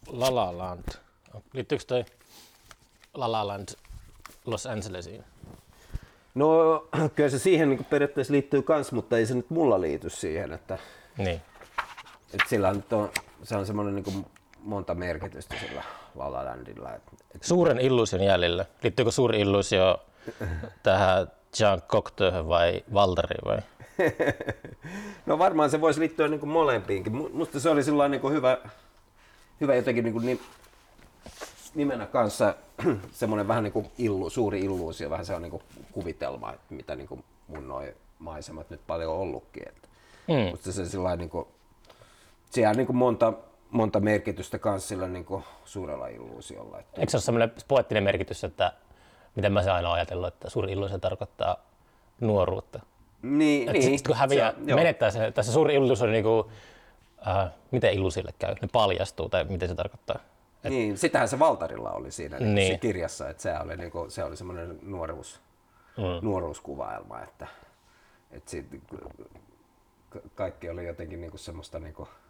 La La Land. Liittyykö toi La La Land Los Angelesiin? No kyllä se siihen niin periaatteessa liittyy kans, mutta ei se nyt mulla liity siihen, että Niin. sillä nyt on, se on semmoinen niin monta merkitystä sillä La La Landilla. Suuren illuusion jäljellä. Liittyykö suuri illuusio tähän Jean Cocteauhun vai Valteriin vai? No varmaan se voisi liittyä niin kuin molempiinkin. Musta se oli sellainen niin hyvä jotenkin niin nimenä kanssa semmoinen vähän niin kuin suuri illuusio, vähän se on niin kuin kuvitelma, että mitä niin kuin mun noi maisemat nyt paljon on ollutkin. Musta se sellainen niin kuin, siellä on niin kuin monta merkitystä kanssa sillä niin kuin suurella illuusiolla. Eikö se ole semmoinen poettinen merkitys, että miten mä se aina ajatellut, että suuri illuusio tarkoittaa nuoruutta? Niin. Sitten kun häviää, menettää se, tässä suuri illuusio on niin kuin, miten illuusille käy, ne paljastuu tai miten se tarkoittaa? Niin, sitähän se Valtarilla oli siinä niin. Se kirjassa, että se oli semmoinen nuoruuskuvaelma, että siitä, kaikki oli jotenkin niin kuin semmoista niin kuin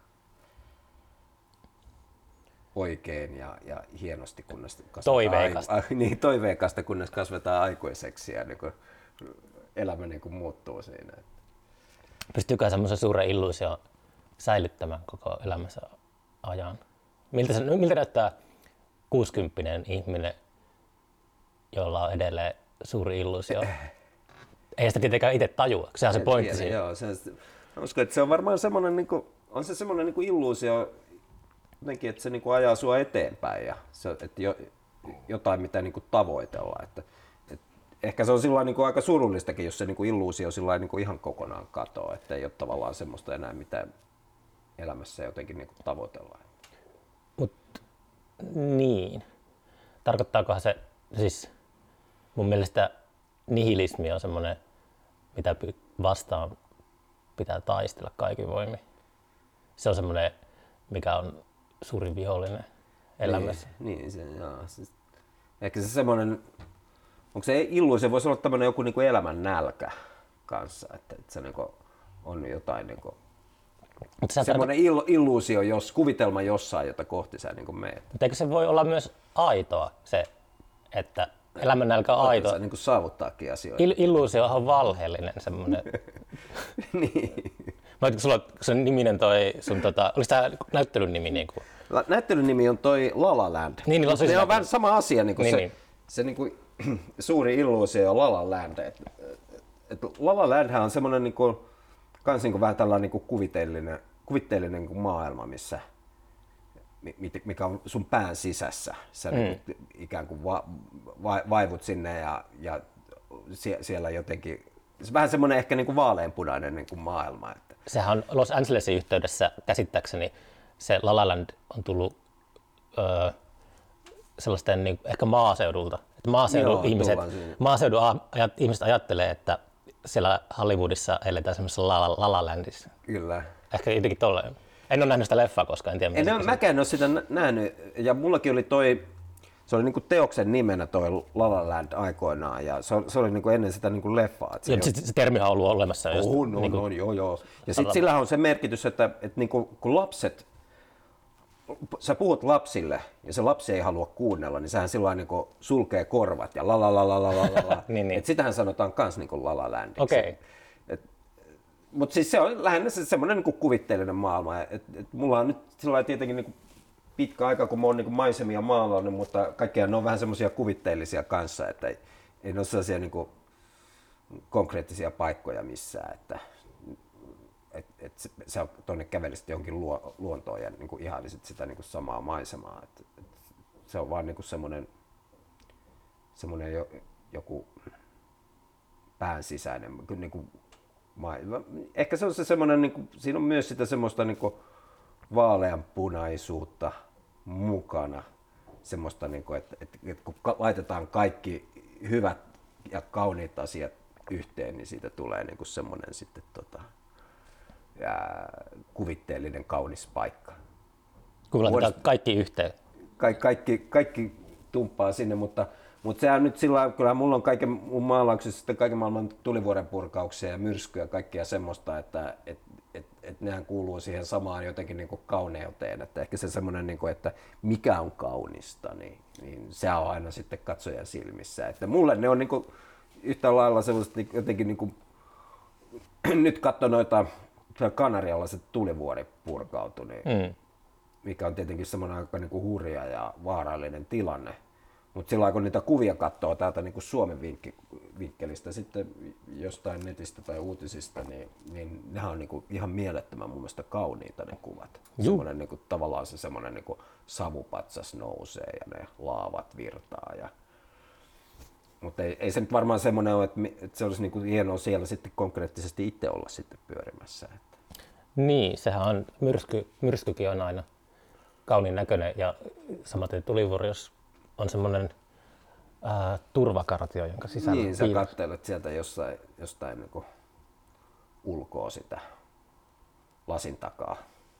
oikein ja hienosti, kunnes toiveikasta, kunnes kasvetaan aikuiseksi ja niin kuin elämä niin kuin muuttuu siinä. Pystyykö semmoisen suuren illuusion säilyttämään koko elämänsä ajan? Miltä näyttää 60-vuotias ihminen, jolla on edelleen suuri illuusio? Ei sitä tietenkään itse tajua, sehän se pointti siinä. Joo, mä uskon, että se on varmaan semmoinen, on se semmoinen illuusio, jotenkin, että se ajaa sua eteenpäin ja että jotain, mitä tavoitellaan. Että ehkä se on aika surullistakin, jos se illuusio ihan kokonaan katoaa, että ei ole tavallaan semmoista enää, mitä elämässä jotenkin tavoitellaan. Niin. Tarkoittaakohan se, siis mun mielestä nihilismi on semmoinen, mitä vastaan pitää taistella kaikin voimin. Se on semmoinen, mikä on suurin vihollinen elämässä. Niin siis, ehkä se semmoinen, onko se illuusio, voisi olla tämmöinen joku elämän nälkä kanssa, että se on jotain semmoinen illuusio, jos kuvitelma jossain, jota kohti sä meet. Mutta eikö se voi olla myös aitoa se, että elämän nälkä on aitoa? Sä saavuttaakin asioita. Illuusio on valheellinen semmoinen. Niin. Sulla on niminen toi sun olisi tää näyttelyn nimi niinku? Näyttelyn nimi on toi La La Land. Niin, se on vähän sama asia se suuri illuusio La La Land. La La Landhän on semmoinen kans vähän tällainen kuvitteellinen maailma, mikä on sun pään sisässä. Sä ikään kuin vaivut sinne ja siellä jotenkin, se vähän semmoinen ehkä vaaleanpunainen maailma. Että. Sehän on Los Angelesin yhteydessä käsittääkseni se La La Land on tullut sellaisten ehkä maaseudulta. Että maaseudun ihmiset ajattelee, että siellä Hollywoodissa eletään semmoisessa La La Landissa. Kyllä. Ehkä jotenkin tolleen. En ole nähnyt sitä leffaa koskaan, en tiedä. Mäkään en ole sitä nähnyt, ja mullakin oli se oli teoksen nimenä toi La La Land aikoinaan, ja se oli ennen sitä leffaa. Se termihan on ollut olemassa. Joo. Ja sitten sillä on se merkitys, että kun lapset, sä puhut lapsille, ja se lapsi ei halua kuunnella, niin sehän silloin sulkee korvat, ja la. niin. Et sitähän sanotaan kans La La Landiksi. Okei. Mutta siis se on lähinnä semmoinen kuvitteellinen maailma. Mulla on nyt sillä tietenkin pitkä aika, kun mä oon maisemia maalannut, mutta kaikkiaan ne on vähän semmoisia kuvitteellisia kanssa, että ei ne ole sellaisia konkreettisia paikkoja missään. Että sä tuonne kävelisit johonkin luontoon ja ihailisit sitä samaa maisemaa. Se on vaan semmoinen joku pään sisäinen. Ehkä se on se semmoinen, siinä on myös sitä semmoista vaaleanpunaisuutta mukana. Semmoista, että kun laitetaan kaikki hyvät ja kauniit asiat yhteen, niin siitä tulee semmoinen sitten kuvitteellinen kaunis paikka. Kun laitetaan kaikki yhteen. Kaikki tumppaa sinne, mutta sehän nyt sillä kyllä mulla on kaiken mun maalauksessa sitten kaiken maailman tulivuoren purkauksia ja myrskyä ja kaikkea semmoista, että että nehän kuuluu siihen samaan jotenkin niin kuin kauneuteen, että ehkä se semmoinen, niin kuin, että mikä on kaunista, niin se on aina sitten katsojan silmissä. Että mulle ne on niin kuin yhtä lailla sellaiset jotenkin, niin kuin, nyt katso noita kanarialaiset tulivuori purkautui, niin, mikä on tietenkin semmoinen aika niin kuin hurja ja vaarallinen tilanne. Mutta silloin kun niitä kuvia katsoo täältä niin kuin Suomen vinkkelistä sitten jostain netistä tai uutisista, niin nehän on niin kuin ihan mielettömän mun mielestä kauniita ne kuvat. Semmoinen, niin kuin, tavallaan se semmoinen niin kuin savupatsas nousee ja ne laavat virtaa. Mutta ei se nyt varmaan semmoinen ole, että se olisi niin kuin hienoa siellä sitten konkreettisesti itse olla sitten pyörimässä. Niin, sehän on, myrskykin on aina kauniin näköinen ja samaten tulivuori, jos on semmoinen turvakartio, jonka sisällä niin, sä katselet sieltä jostain niin kuin ulkoa sitä lasin takaa.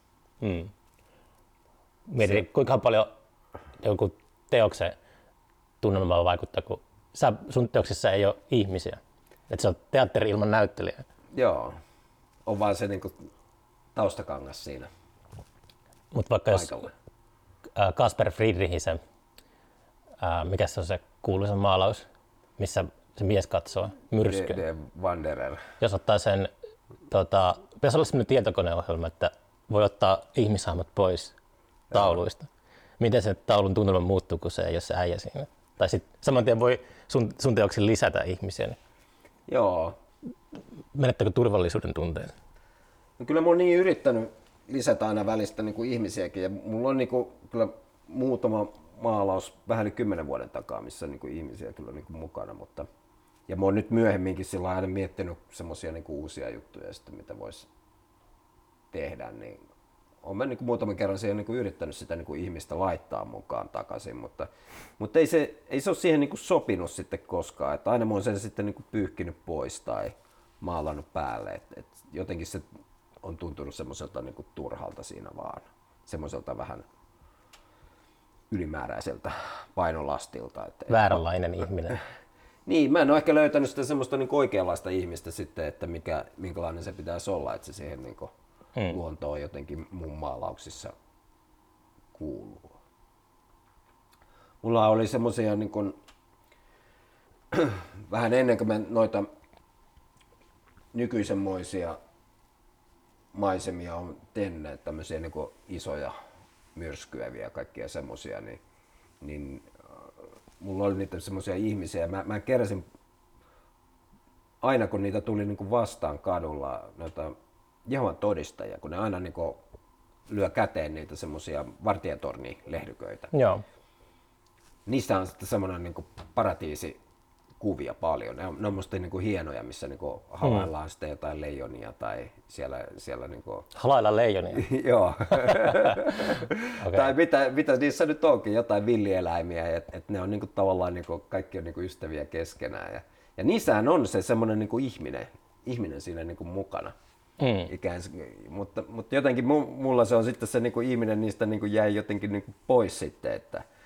Mietin, kuinka paljon joku teoksen tunnelmaan vaikuttaa, kun sun teoksissa ei ole ihmisiä. Että se on teatteri ilman näyttelijää. Joo, on vaan se niin kuin taustakangas siinä. Mutta vaikka paikalla. Jos Kasper Friedrichin se, mikä se on se kuuluisa maalaus, missä se mies katsoo myrskyä. De Wanderer. Jos ottaa sen, pitäisi olla sellainen tietokoneohjelma, että voi ottaa ihmishahmot pois tauluista. Miten se taulun tunnelma muuttuu, kun se ei ole se äijä siinä? Tai sitten saman tien voi sun teoksen lisätä ihmisiä. Niin Joo. menettääkö turvallisuuden tunteen? No kyllä mä oon niin yrittänyt lisätä aina välistä niin kuin ihmisiäkin. Ja mulla on niin kuin, kyllä muutama maalaus vähän yli 10 vuoden takaa, missä on niin kuin ihmisiä kyllä niin kuin mukana. Ja mä oon nyt myöhemminkin sillä aina miettinyt semmosia niin kuin uusia juttuja, sitten, mitä voisi tehdä. Niin olen mä niin kuin muutaman kerran siihen niin kuin yrittänyt sitä niin kuin ihmistä laittaa mukaan takaisin, mutta ei se ole siihen niin kuin sopinut sitten koskaan. Että aina mä oon sen sitten niin kuin pyyhkinyt pois tai maalannut päälle. Et jotenkin se on tuntunut semmoiselta niin kuin turhalta siinä vaan. Semmoiselta vähän ylimääräiseltä painolastilta. Vääränlainen ihminen. Niin, mä en ole ehkä löytänyt sitä semmoista niin oikeanlaista ihmistä sitten, että minkälainen se pitäisi olla, että se siihen niin kuin luontoon jotenkin mun maalauksissa kuuluu. Mulla oli semmoisia niin kuin, vähän ennen kuin mä noita nykyisenmoisia maisemia on tehnyt, tämmöisiä niin kuin isoja myrskyäviä ja kaikkia semmoisia, niin mulla oli niitä semmoisia ihmisiä. Mä keräsin aina, kun niitä tuli niin kuin vastaan kadulla, noita Jehovan todistajia, kun ne aina niin kuin lyö käteen niitä semmoisia vartijatornilehdyköitä. Joo. Niistä on sitten semmoinen niin kuin paratiisikuvia paljon. Ne on musta niin kuin hienoja, missä niin kuin havaillaan sitten jotain leijonia tai siellä niin kuin... Halailla leijonia? Joo. Okay. Tai mitä niissä nyt onkin, jotain villieläimiä, että ne on niin kuin tavallaan niin kuin, kaikki on niin kuin ystäviä keskenään. Ja niissähän on se semmoinen niin kuin ihminen siinä niin kuin mukana. Mutta jotenkin mulla se on sitten se niin kuin ihminen niistä niin kuin jäi jotenkin niin kuin pois sitten.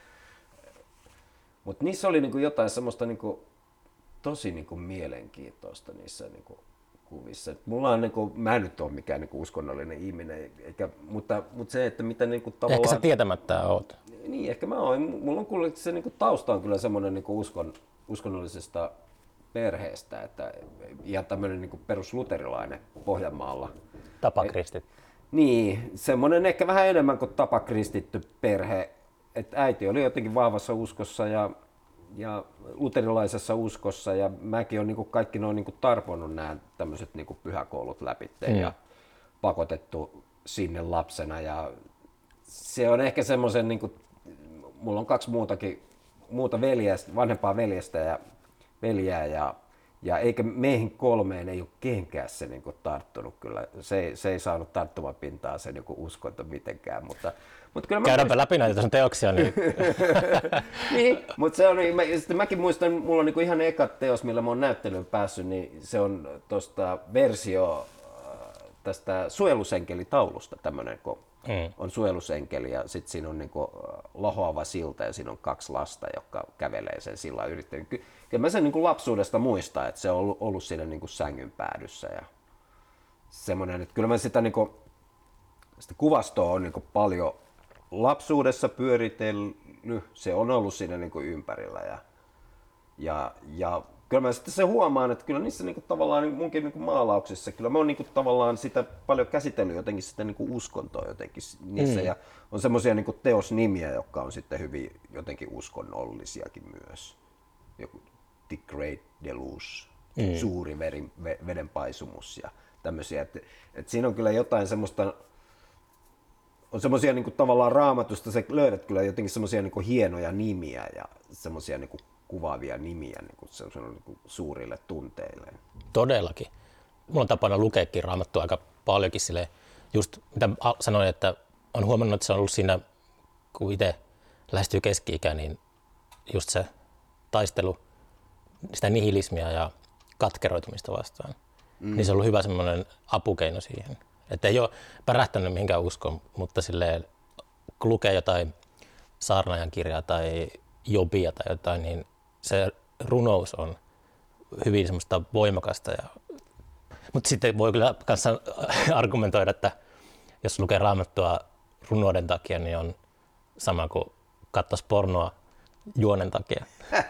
Mutta niissä oli niin kuin jotain semmoista niin kuin, tosi niin kuin mielenkiintoista niissä niin kuin kuvissa. Mulla on, niin kuin, mä en nyt ole mikään niin kuin uskonnollinen ihminen, mutta se, että mitä niin kuin tavallaan... Ehkä sä tietämättä oot. Niin, ehkä mä oon. Mulla on kuullut, että se niin kuin tausta on kyllä semmoinen niin kuin uskonnollisesta perheestä, ja tämmöinen niin kuin perusluterilainen Pohjanmaalla. Tapakristit. Niin, semmoinen ehkä vähän enemmän kuin tapakristitty perhe. Et äiti oli jotenkin vahvassa uskossa ja luterilaisessa uskossa, ja mäkin olen niin kaikki noin niin tarponut nämä tämmöiset niin pyhäkoulut läpi ja pakotettu sinne lapsena. Ja se on ehkä semmoisen, niin kuin, mulla on 2 muuta vanhempaa veljestä ja veljää, ja eikä meihin 3 ei ole kehenkään se niin kuin tarttunut kyllä. Se ei saanut tarttumapintaa se niin kuin uskonto mitenkään, mutta kyllä käydäänpä läpi näitä sun teoksia. Niin, niin, mutta se on, sitten mäkin muistan, mulla on niin kuin ihan eka teos, millä mä oon näyttelyyn päässyt, niin se on tuosta versio tästä suojelusenkelitaulusta, tämmöinen, kun on suojelusenkeli ja sitten siinä on niin kuin lahoava silta ja siinä on 2 lasta, jotka kävelee sen sillan yrittänyt. Kyllä mä sen niin kuin lapsuudesta muistan, että se on ollut siinä niin kuin sängyn päädyssä ja semmoinen, että kyllä mä sitä, niin kuin, sitä kuvastoa on niin kuin paljon lapsuudessa pyöritellyt, se on ollut siinä niin kuin ympärillä ja kyllä mä sitten se huomaan, että kyllä niissä niin kuin, tavallaan niin munkin niin kuin maalauksissa, kyllä mä oon niin kuin, tavallaan sitä paljon käsitellyt jotenkin sitä niin kuin uskontoa jotenkin niissä ja on semmoisia niin kuin teosnimiä, jotka on sitten hyvin jotenkin uskonnollisiakin myös. Joku The Great Deluge, suuri vedenpaisumus ja tämmöisiä, että siinä on kyllä jotain semmoista, on semmoisia niin kuin, tavallaan Raamatusta, sä löydät kyllä jotenkin semmoisia niin kuin hienoja nimiä ja semmoisia niin kuin kuvaavia nimiä niin kuin suurille tunteille. Todellakin. Mulla on tapana lukeekin Raamattua aika paljonkin silleen, just mitä sanoin, että on huomannut, että se on ollut siinä, kun itse lähestyy keski-ikään, niin just se taistelu, sitä nihilismia ja katkeroitumista vastaan, niin se on ollut hyvä semmoinen apukeino siihen. Että ei ole pärähtänyt mihinkään uskoon, mutta silleen, kun lukee jotain saarnaajan kirjaa tai Jobia tai jotain, niin se runous on hyvin semmoista voimakasta. Mutta sitten voi kyllä kanssa argumentoida, että jos lukee Raamattua runouden takia, niin on sama kuin katsoisi pornoa juonen takia.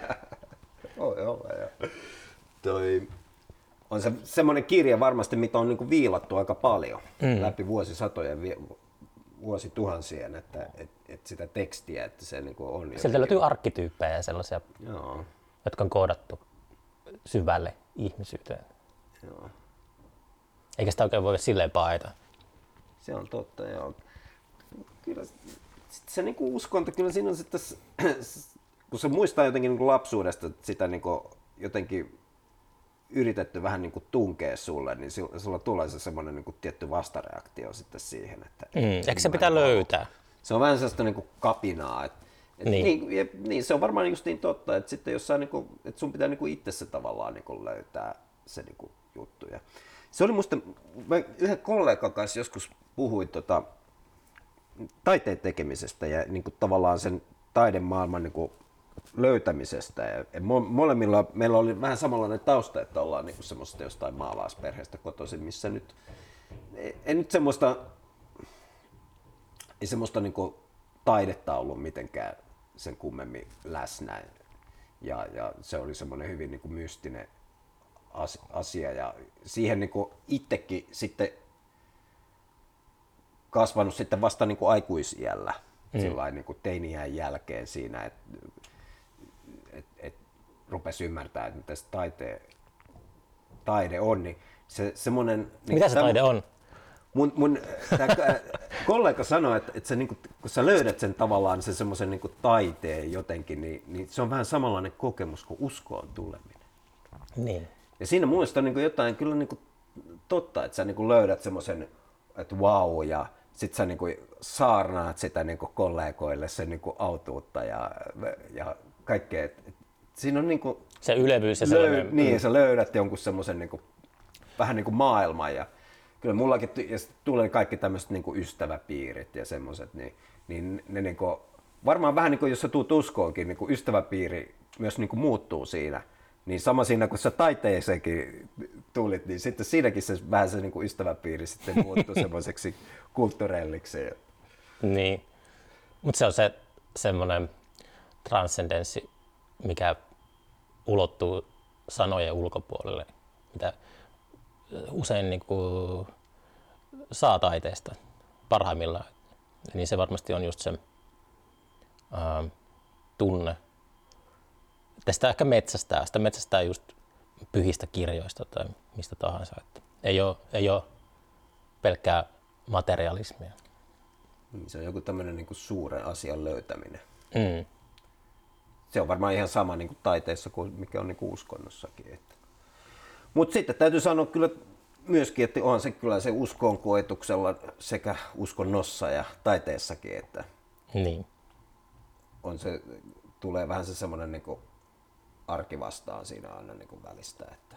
On se semmoinen kirja varmasti, mitä on niinku viilattu aika paljon läpi vuosisatojen, vuosituhansien, että sitä tekstiä, että se niinku on. Sieltä löytyy arkkityyppejä ja sellaisia, Joo. jotka on koodattu syvälle ihmisyyteen. Joo. Eikä sitä oikein voi silleen paeta. Se on totta, joo. Kyllä se niinku uskonto, kyllä siinä on sitten, kun se muistaa jotenkin niinku lapsuudesta sitä niinku jotenkin yritetty vähän niinku tunkea sulle, niin sulla tulee se semmoinen niinku tietty vastareaktio sitten siihen, että Eikö se pitää löytää? Se on vähän sellaista niinku kapinaa, niin se on varmaan just niin totta, että sitten jossain niinku, että sun pitää niinku itse se tavallaan niinku löytää se niinku juttu. Ja se oli musta, mä yhden kollegan kanssa joskus puhuin taiteen tekemisestä ja niinku tavallaan sen taidemaailman niinku löytämisestä. Ja molemmilla meillä oli vähän samanlainen tausta, että ollaan niinku semmoista jostain maalaisperheestä kotoisin, missä nyt ei nyt semmoista, ei semmoista niinku taidetta ollut mitenkään sen kummemmin läsnä. Ja se oli semmoinen hyvin niinku mystinen asia ja siihen niinku itsekin sitten kasvanut sitten vasta niinku aikuisiällä sillain niinku teiniän jälkeen siinä, että et rupesi ymmärtää, että mitä se taide on, niin se semmoinen. Mitä se taide on? Mun kollega sanoi, että se, niinku, kun sä löydät sen tavallaan sen semmoisen niinku taiteen jotenkin, niin se on vähän samanlainen kokemus kuin uskoon tuleminen. Niin. Ja siinä mun mielestä on niinku jotain kyllä niinku totta, että sä niinku löydät semmoisen, että vau, ja sit sä niinku saarnaat sitä niinku kollegoille sen niinku autuutta ja kaikkea. Siinä on niinku se ylevyys ja sellainen. Niin, sä löydät jonkun semmoisen niinku, vähän niinku maailman ja kyllä mullakin ja tulee kaikki tämmöiset niinku ystäväpiirit ja semmoiset, niin ne niinku, varmaan vähän niinku jos sä tuut uskoonkin, niinku ystäväpiiri myös niinku muuttuu siinä. Niin sama siinä, kun sä taiteeseenkin tulit, niin sitten siinäkin se vähän se niinku ystäväpiiri sitten muuttuu semmoiseksi kulttuurelliksi. Niin, mutta se on se semmoinen transcendenssi, mikä ulottuu sanojen ulkopuolelle, mitä usein niinku saa taiteesta parhaimmillaan. Niin se varmasti on just se tunne. Sitä ehkä metsästää just pyhistä kirjoista tai mistä tahansa. Että ei ole pelkkää materialismia. Se on joku tämmöinen niinku suuren asian löytäminen. Mm. Se on varmaan ihan sama niinku taiteessa kuin mikä on niinku uskonnossakin. Mutta sitten täytyy sanoa kyllä myöskin, että onhan se kyllä se uskon koetuksella sekä uskonnossa ja taiteessakin, että niin. On se, tulee vähän se semmoinen niinku arki vastaan siinä aina niinku välistä, että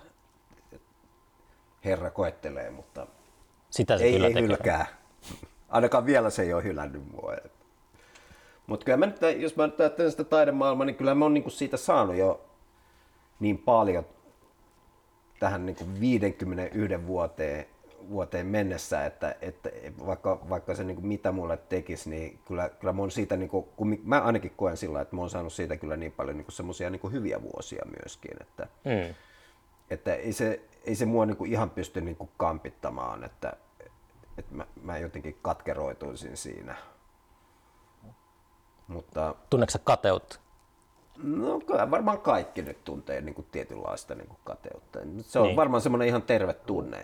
Herra koettelee, mutta sitä se ei kyllä tekee. hylkää. Ainakaan vielä se ei ole hylännyt mua. Mutta kyllä mä nyt, jos mä nyt ajattelen sitä taidemaailmaa, niin kyllä mä oon niinku siitä saanut jo niin paljon tähän niinku 51 vuoteen vuoteen mennessä, että vaikka se niin kuin mitä mulle tekisi, niin kyllä mä oon siitä, niin kuin, kun mä ainakin koen sillä, että mä oon saanut siitä kyllä niin paljon niin semmoisia niin hyviä vuosia myöskin, että ei se mua niin kuin ihan pysty niin kuin kampittamaan, että mä jotenkin katkeroituisin siinä. Mutta Tunneeko sä kateutta? no varmaan kaikki nyt tuntee niin kuin tietynlaista niin kuin kateutta. Se on varmaan semmoinen ihan terve tunne.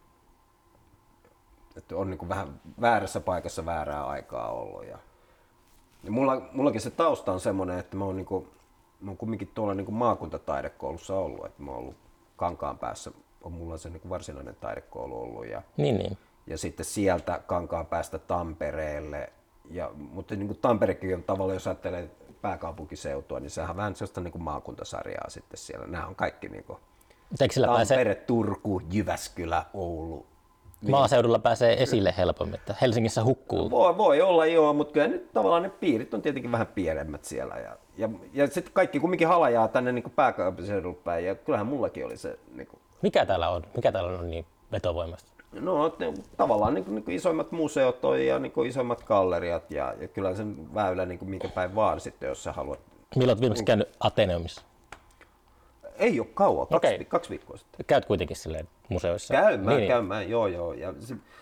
Että on niin kuin vähän väärässä paikassa väärää aikaa ollut. Ja mullakin se tausta on semmoinen, että mä oon kumminkin tuolla niin kuin maakuntataidekoulussa ollut. Että mä oon ollut Kankaanpäässä, on mulla se niin kuin varsinainen taidekoulu ollut. Ja sitten sieltä Kankaanpäästä Tampereelle. Mutta niin kuin Tamperekin on tavallaan, jos ajattelee pääkaupunkiseutua, niin sehän on vähän sellaista niin kuin maakuntasarjaa sitten siellä. Nämä on kaikki niin kuin Tampere, Turku, Jyväskylä, Oulu. Maaseudulla pääsee esille helpommin, että Helsingissä hukkuu. Voi olla joo, mutta kyllä nyt tavallaan ne piirit on tietenkin vähän pienemmät siellä. Ja sitten kaikki kumminkin halajaa tänne niin kuin pääkaupunkiseudulle päin, ja kyllähän mullakin oli se... Niin kuin... Mikä täällä on niin vetovoimasta? No tavallaan niin kuin isoimmat museot on ja niin kuin isoimmat galleriat ja kyllä sen väylä niin kuin minkä päin vaan sitten, jos sä haluat. Milloin olet viimeksi käynyt Ateneumissa? Ei ole kauan, kaksi viikkoa sitten. Käyt kuitenkin silleen museoissa? Käymään, joo. Ja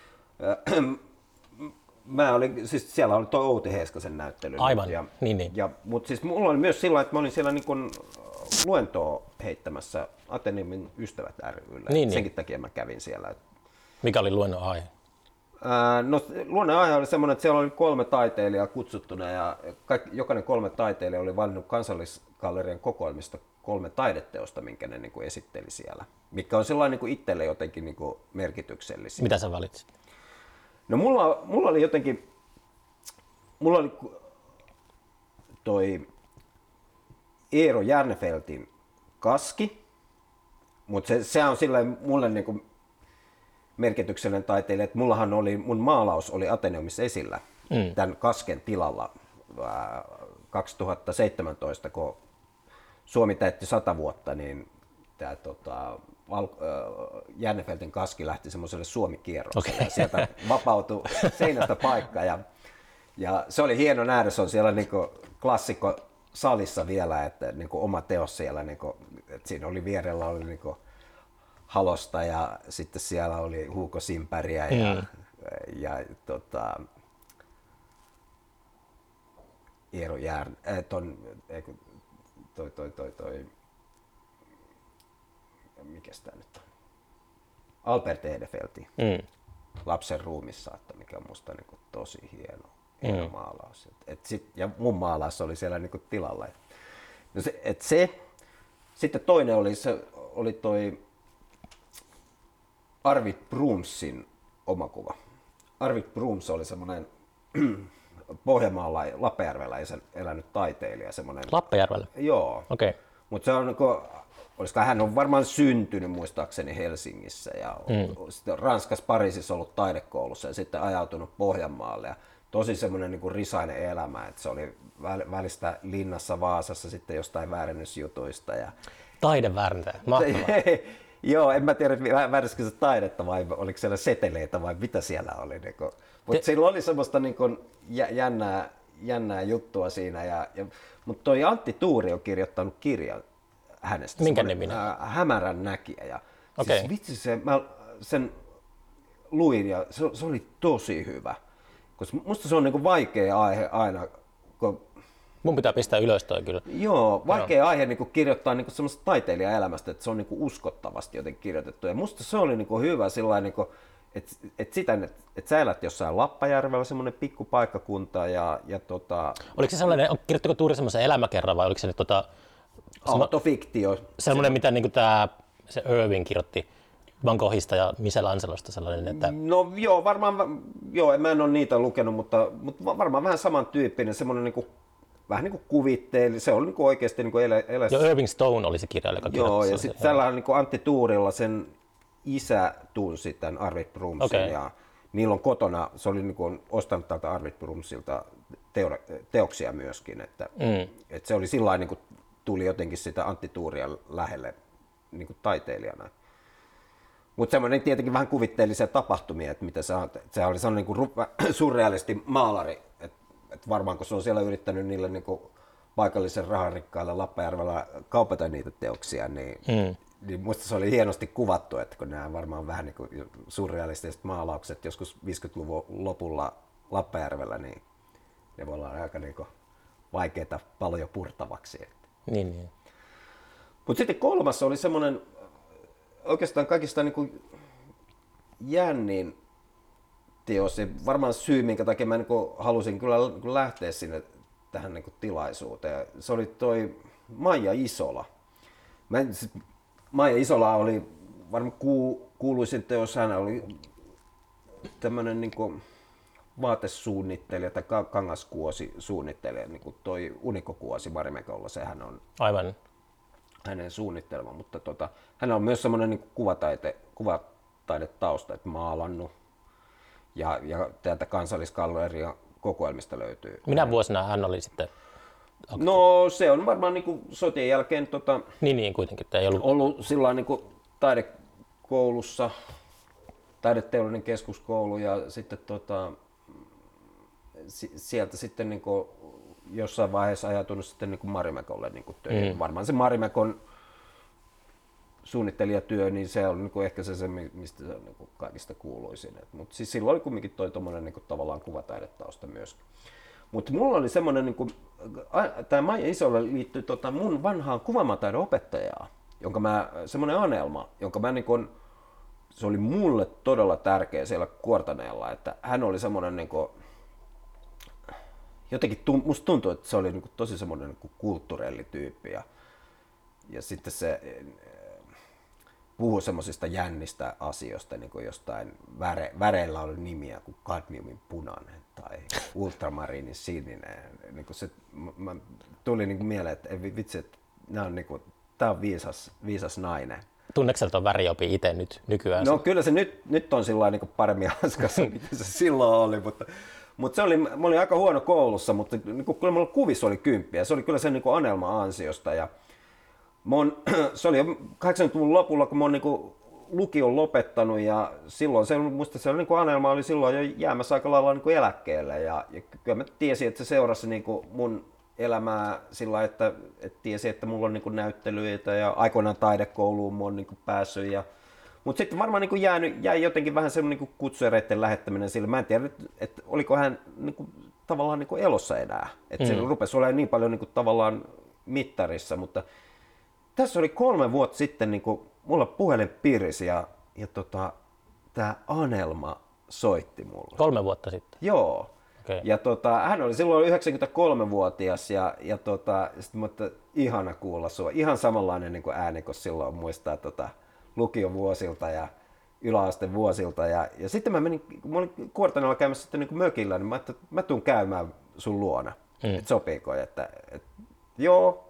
mä olin, siis siellä oli tuo Outi Heiskasen näyttely. Aivan, niin. Mutta siis mulla oli myös sillä, että mä olin siellä niin kuin luentoa heittämässä Ateneumin ystävät ry:llä. Senkin takia mä kävin siellä. Mikä oli luennon aihe? No, luonnon aihe oli semmoinen, että siellä oli 3 taiteilijaa kutsuttuna ja jokainen 3 taiteilijaa oli valinnut Kansallisgallerian kokoelmista 3 taideteosta, minkä ne niin kuin esitteli siellä. Mikä on sellainen niin kuin itselle jotenkin niin kuin merkityksellisiä. Mitä sä valitsit? No mulla oli jotenkin, toi Eero Järnefeltin Kaski, mutta se on silleen mulle niin kuin merkityksellinen taiteilija, että mun maalaus oli Ateneumissa esillä tämän Kasken tilalla 2017, kun Suomi täytti 100 vuotta, niin tämä Järnefeltin Kaski lähti semmoiselle Suomi-kierrokselle ja sieltä vapautui seinästä paikka ja se oli hieno nähdä, se on siellä niinku klassikko salissa vielä, että niinku oma teos siellä, niinku, että siinä oli vierellä oli niinku Halosta ja sitten siellä oli Hugo Simpäriä ja Eero Järn, mikäs tää nyt on? Albert Edefeltin Lapsen ruumissa, että mikä on musta niinku tosi hieno maalaus. Ja mun maalaus oli siellä niinku tilalla. No sitten toinen oli toi Arvid Brumsin omakuva. Arvid Brums oli semmoinen Pohjanmaalla Lappajärvellä elänyt taiteilija. Semmoinen... Lappajärvellä? Joo. Okay. Mutta se on, hän on varmaan syntynyt muistaakseni Helsingissä ja sitten Ranskassa Pariisissa ollut taidekoulussa ja sitten ajautunut Pohjanmaalle. Ja tosi semmoinen niin kuin risainen elämä, että se oli välistä linnassa Vaasassa sitten jostain väärennysjutuista. Taidevääräntäjä, mahtavaa. Joo, en mä tiedä, vääräskö se taidetta vai oliko siellä seteleitä vai mitä siellä oli. Mutta sillä oli semmoista niin kuin jännää juttua siinä. Mutta toi Antti Tuuri on kirjoittanut kirjan hänestä. Minkä niminen? Hämärän näkijä. Ja Okay. Siis vitsi mä sen luin ja se oli tosi hyvä. Koska musta se on niinku vaikea aihe aina. Mun pitää pistää ylös toi kyllä. Joo, vaikea aihe niinku kirjoittaa niinku semmoista taiteilijaelämästä, että se on niinku uskottavasti jotenkin kirjoitettu. Ja musta se oli niinku hyvä sillain, niinku, että sä elät jossain Lappajärvellä, semmoinen pikku paikkakunta Oliko se sellainen, kirjoittiko Tuuri semmoisen elämäkerran vai oliko se nyt autofiktio? Semmoinen, mitä niinku se Irving kirjoitti Van Goghista ja Michelangelosta sellainen, että... No joo, mä en ole niitä lukenut, mutta varmaan vähän samantyyppinen, semmoinen niinku, vähän niin kuin kuvitteeli, se oli niinku oikeasti niinku elässä. Joo, Irving Stone oli se kirjailija, joka kirjoitti. Joo, ja sitten tällä niinku Antti Tuurilla sen isä tunsi tämän Arvid Brumsin ja niillä on kotona, se oli niinku ostanut tältä Arvid Brumsilta teoksia myöskin, että se oli sillain niinku tuli jotenkin sitä Antti Tuuria lähelle niinku taiteilijana. Mutta semmoinen tietenkin vähän kuvitteellisia tapahtumia, että mitä se oli sellainen niin surrealisti maalari, että varmaan kun se on siellä yrittänyt niille niin kuin paikallisen raharikkaille Lappajärvellä kaupata niitä teoksia, niin musta se oli hienosti kuvattu, että kun nämä varmaan vähän niin kuin surrealistiset maalaukset joskus 50-luvun lopulla Lappajärvellä, niin ne voi olla aika niin kuin vaikeita paljon purtavaksi. Niin. Mutta sitten kolmas oli semmoinen oikeastaan kaikista niin kuin jännin teos, ja varmaan syy, minkä takia mä niin kuin halusin kyllä lähteä sinne tähän niin kuin tilaisuuteen. Se oli toi Maija Isola. Maija Isola oli varmaan kuuluisin teos, hän oli tämmöinen niin kuin vaatesuunnittelija tai kangaskuosi suunnittelija, niin kuin toi Unikko Kuosi Marimekolla, sehän on Aivan. hänen suunnittelema, mutta hänellä on myös semmoinen niin kuvataidetausta, että maalannut ja täältä Kansallisgallerian kokoelmista löytyy. Minä vuosina hän oli sitten? No se on varmaan niin kuin sotien jälkeen Niin kuitenkin. Ei ollut sillä niin kuin taidekoulussa, taideteollinen keskuskoulu ja sitten sieltä sitten niin kuin jossain vaiheessa ajatunut sitten niin kuin Marimekolle niin kuin töihin. Varmaan se Marimekon suunnittelijatyö, niin se on niin kuin ehkä se, mistä se on niin kuin kaikista kuuluisin. Mutta siis silloin oli kumminkin toi tommonen niin kuin tavallaan kuvataidetausta myös. Mutta mulla oli semmoinen, niin tämä Maija Isola liittyy mun vanhaan kuvaamataidon opettajaan, semmoinen Anelma, jonka mä niin kuin, se oli mulle todella tärkeä siellä Kuortaneella, että hän oli semmoinen niin kuin, jotenkin musta tuntuu, että se oli niin kuin tosi semmoinen niin kuin kulttuurellityyppi ja sitten se puhui semmoisista jännistä asioista, niin kuin jostain väreillä oli nimiä kuin kadmiumin punainen tai ultramarinin sininen. Niin kuin se, tuli niin kuin mieleen, että vitsi, että tämä on viisas nainen. Tunneeko tuon väriopi itse nykyään? No kyllä se nyt on sillä niin paremmin hanskassa, mitä se silloin oli, mutta mä olin aika huono koulussa, mutta niin kyllä mulla kuvissa oli 10 ja se oli kyllä sen niin Anelma ansiosta. Ja se oli jo 80-luvun lopulla, kun mä oon niin lukion lopettanut ja silloin musta se niin Anelma oli silloin jo jäämässä aika lailla niin eläkkeelle ja kyllä mä tiesin, että se seurasi niin mun elämää sillä, että tiesi, että mulla on niin näyttelyitä ja aikoinaan taidekouluun mä oon niin päässyt. Mutta sitten varmaan niin jäi jotenkin vähän semmoinen niin kutsuereiden lähettäminen sille. Mä en tiedä, että oliko hän tavallaan niin elossa enää. Että se rupesi olemaan niin paljon niin tavallaan mittarissa, mutta tässä oli 3 vuotta sitten niin mulla puhelin pirisi ja tämä Anelma soitti mulle. 3 vuotta sitten? Joo. Okay. Ja hän oli silloin 93-vuotias ja sitten mä oon, ihana kuulla sua. Ihan samanlainen niin kuin ääni, kun silloin muistaa lukiovuosilta ja yläastevuosilta. Ja sitten mä olin Kuortaneella käymässä sitten niin kuin mökillä, niin mä tuun käymään sun luona. Että sopiiko, että joo.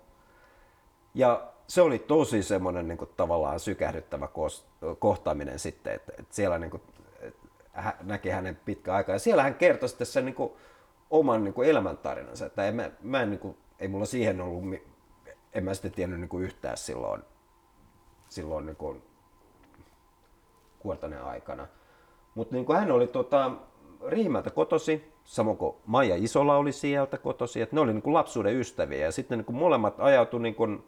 Ja se oli tosi semmoinen niin kuin tavallaan sykähdyttävä kohtaaminen sitten, että siellä niin kuin, näki hänen pitkä aikaa. Ja siellä hän kertoi sitten sen niin kuin oman niin kuin elämäntarinansa, että ei mulla siihen ollut, en mä sitten tiennyt niin kuin yhtään silloin niin kuin Kuortaneen aikana. Mutta niin kuin hän oli Riihimäeltä kotosi, samoin kuin Maija Isola oli sieltä kotosi, että ne oli niin kuin lapsuuden ystäviä ja sitten niin kuin molemmat ajautui niin kuin,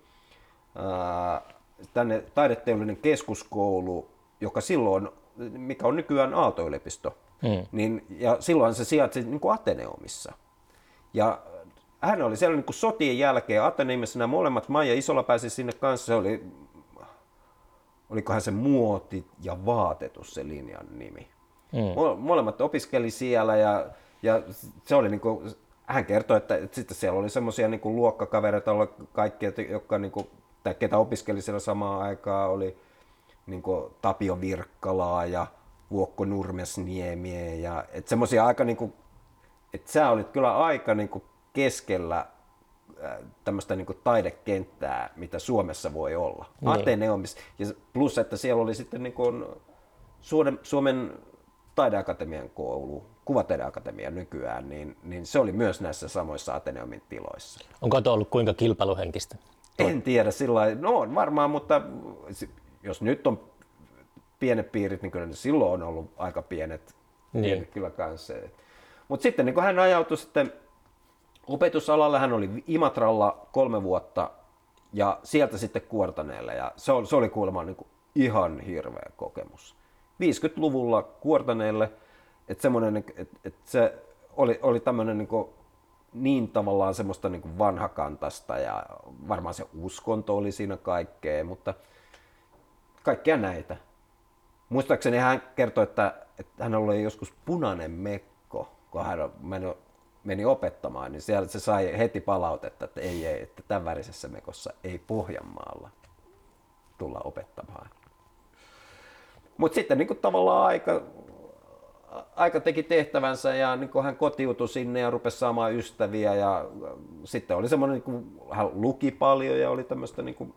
tänne taideteollinen keskuskoulu, joka silloin, mikä on nykyään Aalto-yliopisto, niin, ja silloin se sijaitsi niin kuin Ateneumissa. Ja hän oli siellä niin kuin sotien jälkeen Ateneumissa, nämä molemmat, Maija Isola pääsi sinne kanssa, se olikohan se muoti ja vaatetus se linjan nimi. Molemmat opiskeli siellä ja se oli niin kuin, hän kertoi, että sitten siellä oli semmoisia niin kuin luokkakavereita, kaikki, jotka niin kuin, ketä opiskeli siellä samaan aikaan, oli niin kuin Tapio Virkkalaa ja Vuokko Nurmesniemiä ja että semmoisia aika niin kuin, että sä olit kyllä aika niin kuin keskellä tämmöistä niin kuin taidekenttää, mitä Suomessa voi olla. Niin. Ateneumissa ja plus että siellä oli sitten niin kuin Suomen taideakatemian koulu, kuvataideakatemia nykyään, niin se oli myös näissä samoissa Ateneumin tiloissa. Onko tuo ollut kuinka kilpailuhenkistä? En tiedä sillä lailla, no on varmaan, mutta jos nyt on pienet piirit, niin kyllä ne silloin on ollut aika pienet kyllä kanssa. Mutta sitten niin hän ajautui sitten opetusalalle, hän oli Imatralla 3 vuotta ja sieltä sitten Kuortaneelle ja se oli kuulemma niin kuin ihan hirveä kokemus. 50-luvulla Kuortaneelle, että semmoinen, että se oli tämmöinen niin tavallaan semmoista niin kuin vanhakantasta ja varmaan se uskonto oli siinä kaikkea, mutta kaikkea näitä. Muistaakseni hän kertoi, että hänellä oli joskus punainen mekko, kun hän meni opettamaan, niin siellä se sai heti palautetta, että ei, että tämän värisessä mekossa ei Pohjanmaalla tulla opettamaan. Mutta sitten niin kuin tavallaan aika teki tehtävänsä ja niin hän kotiutui sinne ja rupesi saamaan ystäviä ja sitten oli semmoinen, niin hän luki paljon ja oli tämmöistä niin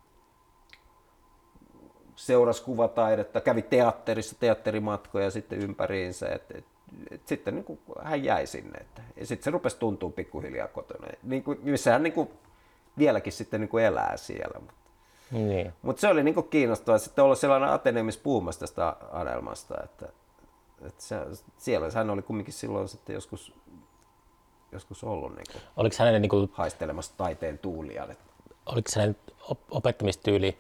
seurasi kuvataidetta, kävi teatterissa teatterimatkoja sitten ympäriinsä, sitten niin hän jäi sinne ja sitten se rupesi tuntua pikkuhiljaa kotona, niin missä hän niin vieläkin sitten niin elää siellä. Niin. Mutta se oli niin kiinnostavaa sitten olla sellainen Ateneumissa puhumassa tästä Adelmasta, että siellä hän oli kumminkin silloin sitten joskus ollut niin oliko hänen haistelemassa taiteen tuulia. Oliko hänen opettamistyyli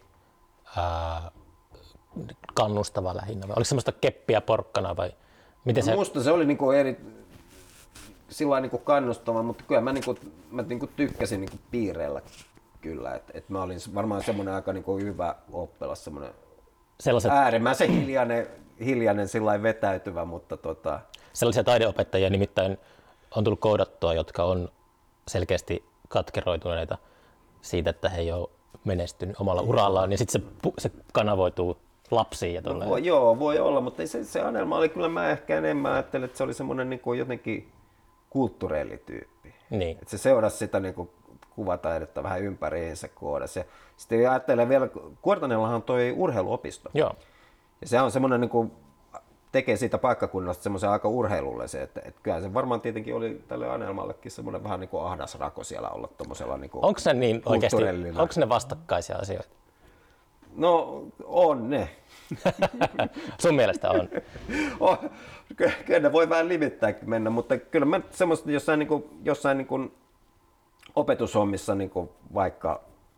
kannustava lähinnä vai oliko semmoista keppiä porkkana vai miten se? Musta se oli niin sillain kannustava, mutta kyllä mä tykkäsin piireillä kyllä, että mä olin varmaan semmoinen aika hyvä oppilas, semmoinen äärimmäisen hiljainen sillain vetäytyvä, mutta sellaisia taideopettajia nimittäin on tullut koodattua, jotka on selkeästi katkeroituneita siitä, että he ei ole menestynyt omalla urallaan, ja sitten se kanavoituu lapsiin. Ja joo, voi olla, mutta se Adelma oli kyllä, mä ehkä enemmän ajattelin, että se oli semmoinen jotenkin kulttuurilityyppi. Niin. Että se seurasi sitä kuvataidetta vähän ympäriinsä koodassa. Ja sitten ajattelen vielä, Kuortaneellahan on toi urheiluopisto. Joo. Ja se on semmoinen, tekee siitä paikkakunnasta semmoisen aika urheilullisen, että kyllä se varmaan tietenkin oli tälle Adelmallekin semmoinen vähän ahdas rako siellä olla tommosella onko se niin oikeasti, onko ne vastakkaisia asioita? No on ne. Sun mielestä on? Kyllä ne voi vähän limittääkin mennä, mutta kyllä mä semmoista jossain opetushommissa vaikka,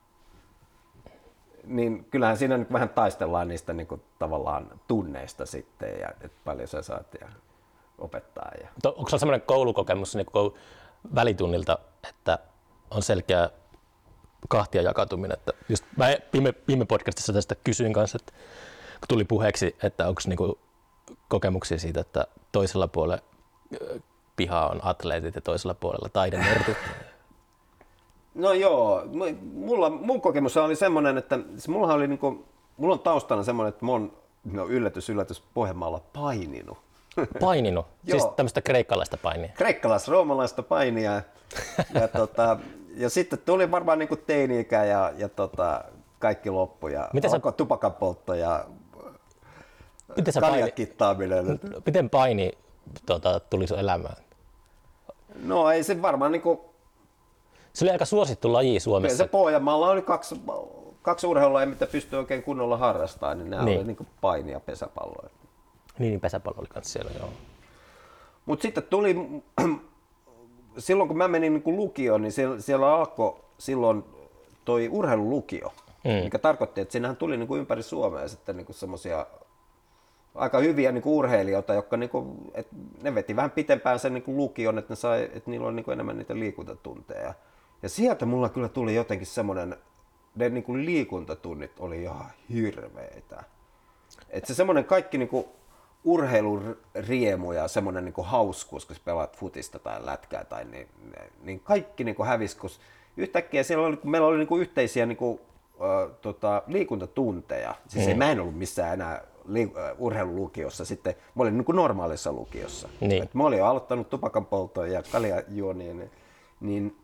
niin kyllähän siinä vähän taistellaan niistä tavallaan tunneista sitten ja että paljon sä saat ja opettaa. Ja. Onko se semmoinen koulukokemus välitunnilta, että on selkeä kahtia jakautuminen? Että just mä viime podcastissa tästä kysyin kanssa, että kun tuli puheeksi, että onko kokemuksia siitä, että toisella puolella pihaa on atleetit ja toisella puolella taidenörtit? No joo, mun kokemus oli semmoinen, että mulla on taustana semmoinen, että mä oon yllätys Pohjanmaalla paininut. Paininut? Siis tämmöistä kreikkalaista painia? Kreikkalais-roomalaista painia. Ja sitten tuli varmaan teini-ikä ja kaikki loppu ja alkoi tupakanpoltto ja kaljakittaaminen. Miten paini tuli sun elämään? No ei se varmaan se oli aika suosittu laji Suomessa. Se Pohjanmaalla oli kaksi urheilua, mitä pystyy oikein kunnolla harrastamaan, niin nämä oli paini ja pesäpallo. Niin, pesäpallo oli kanssa siellä, joo. Mutta sitten tuli, silloin kun mä menin lukioon, niin siellä alkoi silloin toi urheilulukio, mikä tarkoitti, että sinnehän tuli ympäri Suomea sitten semmoisia aika hyviä urheilijoita, jotka ne veti vähän pitempään sen lukion, että niillä oli enemmän niitä liikuntatunteja. Ja sieltä mulla kyllä tuli jotenkin semmoinen, ne liikuntatunnit oli ihan hirveitä. Että se semmoinen kaikki urheiluriemu ja semmoinen hauskuus, kun sä pelaat futista tai lätkää tai niin kaikki hävisi, kun yhtäkkiä siellä oli, meillä oli yhteisiä liikuntatunteja. Siis mä en ollut missään enää urheilulukiossa, sitten mä olin normaalissa lukiossa. Niin. Mä olin jo aloittanut tupakanpoltoa ja kaljajuonien, niin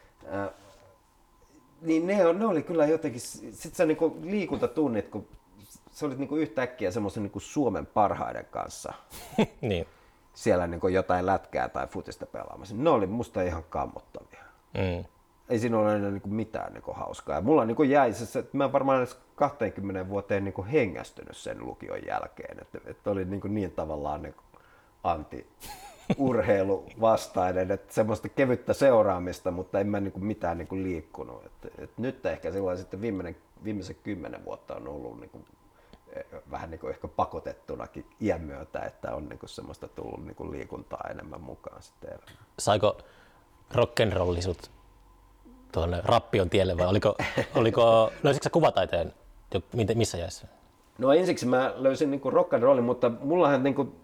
ne oli kyllä jotenkin, sit se liikuntatunnit, kun sä olit yhtäkkiä semmoisen Suomen parhaiden kanssa. Niin. Siellä jotain lätkää tai futista pelaamassa. Ne oli musta ihan kammottavia. ei siinä ole enää niin kuin mitään niin kuin hauskaa. Ja mulla niin kuin jäi se, että mä en varmaan edes 20 vuoteen niin kuin hengästynyt sen lukion jälkeen. Että oli niin tavallaan niin anti-urheiluvastainen, että semmoista kevyttä seuraamista, mutta en mä niin kuin mitään niin kuin liikkunut. Että nyt ehkä silloin sitten viimeisen 10 vuotta on ollut niin kuin vähän niin kuin ehkä pakotettunakin iän myötä, että on niin kuin semmoista tullut niin kuin liikuntaa enemmän mukaan sitten elämään. Saiko rock'n'rolli sut tuonne rappion tielle vai löysitkö sä kuvataiteen missä jäissä? No ensiksi mä löysin niin kuin rock'n'rollin, mutta mullahan niin kuin,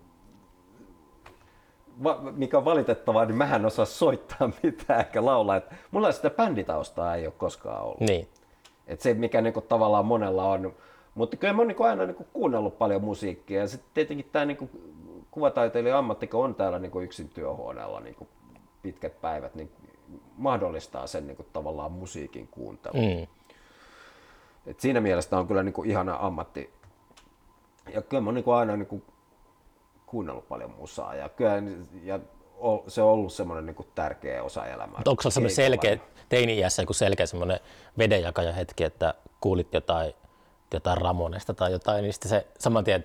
mikä on valitettavaa, niin mähän osaa soittaa mitään eikä laulaa. Että mulla sitä bänditaustaa ei ole koskaan ollut. Niin. Että se mikä niin kuin tavallaan monella on. Mutta kyllä mä oon niin kuin aina niin kuin kuunnellut paljon musiikkia. Ja sitten tietenkin tämä niin kuin kuvataiteilijan ammatti, kun on täällä niin kuin yksin työhuoneella niin kuin pitkät päivät, niin mahdollistaa sen niin kuin tavallaan musiikin kuuntelun. Et siinä mielessä on kyllä niin kuin ihana ammatti. Ja kyllä mä oon niin kuin aina niin kuin kuunnellut paljon musaa. Ja kyllä se on ollut semmoinen niin kuin tärkeä osa elämää. Mutta onko se semmoinen selkeä, teini-iässä joku selkeä semmoinen vedenjakaja hetki, että kuulit jotain Ramonesta tai jotain, niin sitten se saman tien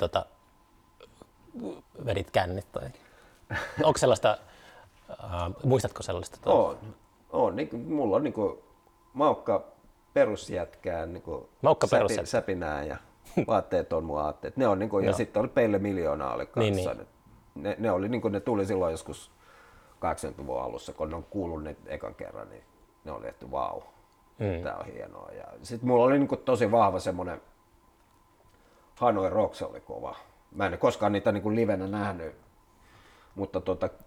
vedit kännit? Tai... Onko sellaista, muistatko sellaista? On. Mulla on niinku maukka perusjätkää, niinku säpinää ja vaatteet on mun aatteet. Ne on niinku, ja sitten oli Pelle Miljoona oli kanssa. Niin. Ne oli niinku, ne tuli silloin joskus 80-luvun alussa, kun ne on kuullut ne ekan kerran, niin ne oli, että vau, tää on hienoa. Ja sitten mulla oli niinku tosi vahva semmonen Hanoi Rocks oli kova. Mä en koskaan niitä niinku livenä nähnyt, mutta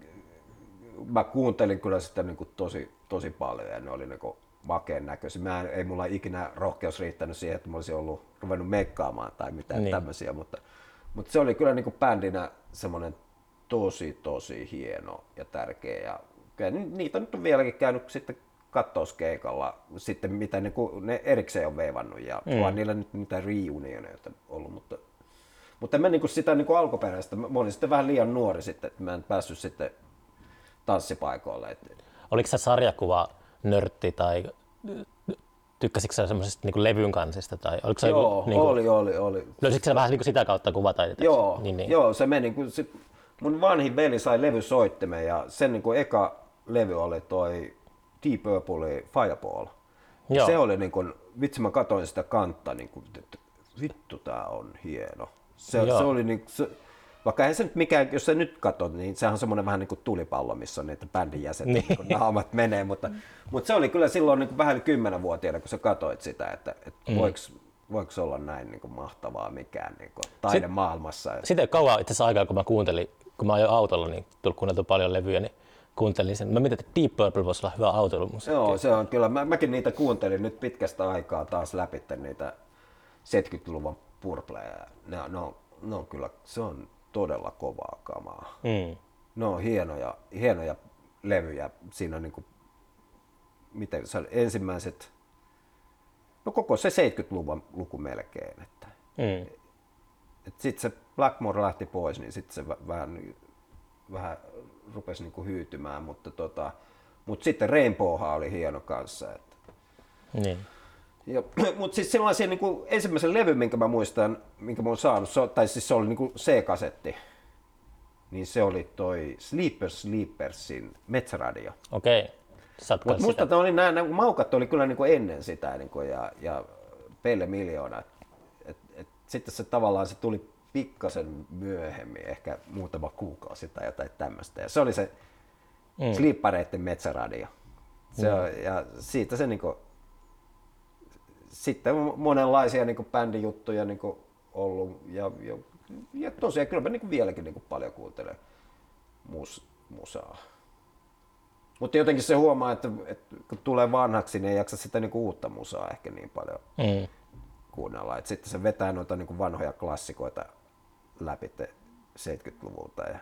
mä kuuntelin kyllä sitä niinku tosi paljon ja ne oli niinku makeen näköisiä. Ei mulla ikinä rohkeus riittänyt siihen, että mä olisin ruvennut meikkaamaan tai mitään tämmöisiä, mutta se oli kyllä niinku bändinä semmoinen tosi hieno ja tärkeä. Ja kyllä niitä nyt on vieläkin käynyt sitten kattouskeikalla, sitten mitä ne erikseen on veivannut ja vaan niillä nyt mitään reunioneita ollut, mutta en mä niinku sitä niinku alkuperäistä, mä olin sitten vähän liian nuori sitten, että mä en päässyt sitten tanssipaikoille. Oliko sä sarjakuva nörtti tai tykkäsitkö sä semmoisesta niinku levyn kansista? Tai oliko se joo, niinku, oli. Löysitkö sä vähän niinku sitä kautta kuvataiteita? Joo, se meni, kun mun vanhin veli sai levysoittimen ja sen niinku eka levy oli toi Deep Purple Fireball. Se oli niinku, vitsi mä katsoin sitä kantta, niinku, että vittu tää on hieno. Se oli niinku, vaikka eihän se nyt mikään, jos sä nyt katsot, niin sehän on semmoinen vähän niin kuin tulipallo, missä on niitä bändin jäsenet, niin naamat menee, mutta se oli kyllä silloin niin kuin vähän 10-vuotiaana, kun sä katsoit sitä, että voiko olla näin niin kuin mahtavaa mikään niin kuin taidemaailmassa. Sitten ei kauan itse asiassa aikaa, kun mä kuuntelin, kun mä ajoin autolla, niin tuli kuunneltu paljon levyjä, niin kuuntelin sen. Mä mietin, että Deep Purple voisi olla hyvä autoilumusiikki. Joo, se on kyllä. Mäkin niitä kuuntelin nyt pitkästä aikaa taas läpi niitä 70-luvun Purpleja. Ne on kyllä, se on todella kovaa kamaa. Ne on hienoja levyjä. Siinä on niinku, miten se ensimmäiset, no koko se 70-luvun luku melkein. Sitten se Blackmore lähti pois, niin sitten se vähän rupesi niinku hyytymään, mutta sitten Rainbowhan oli hieno kanssa. Niin. Mutta siis sellaisia niinku ensimmäisen levyn, minkä mä muistan, minkä mä oon saanut, tai siis se oli niinku C-kasetti, niin se oli toi Sleepersin Metsäradio. Okei. Mutta musta oli nämä maukat oli kyllä niinku ennen sitä niinku, ja Pelle Miljoona. Sitten se tavallaan se tuli pikkasen myöhemmin, ehkä muutama kuukausi tai jotain tämmöistä. Ja se oli se Sleepereiden Metsäradio. Ja siitä se niinku, sitten monenlaisia niinku bändijuttuja niinku ollut ja tosiaan kyllä mä niinku vieläkin niinku paljon kuuntelen musaa. Mutta jotenkin se huomaa, että kun tulee vanhaksi, niin ei jaksa sitä niinku uutta musaa ehkä niin paljon kuunnella. Et sitten se vetää noita niinku vanhoja klassikoita läpi 70-luvulta. Ja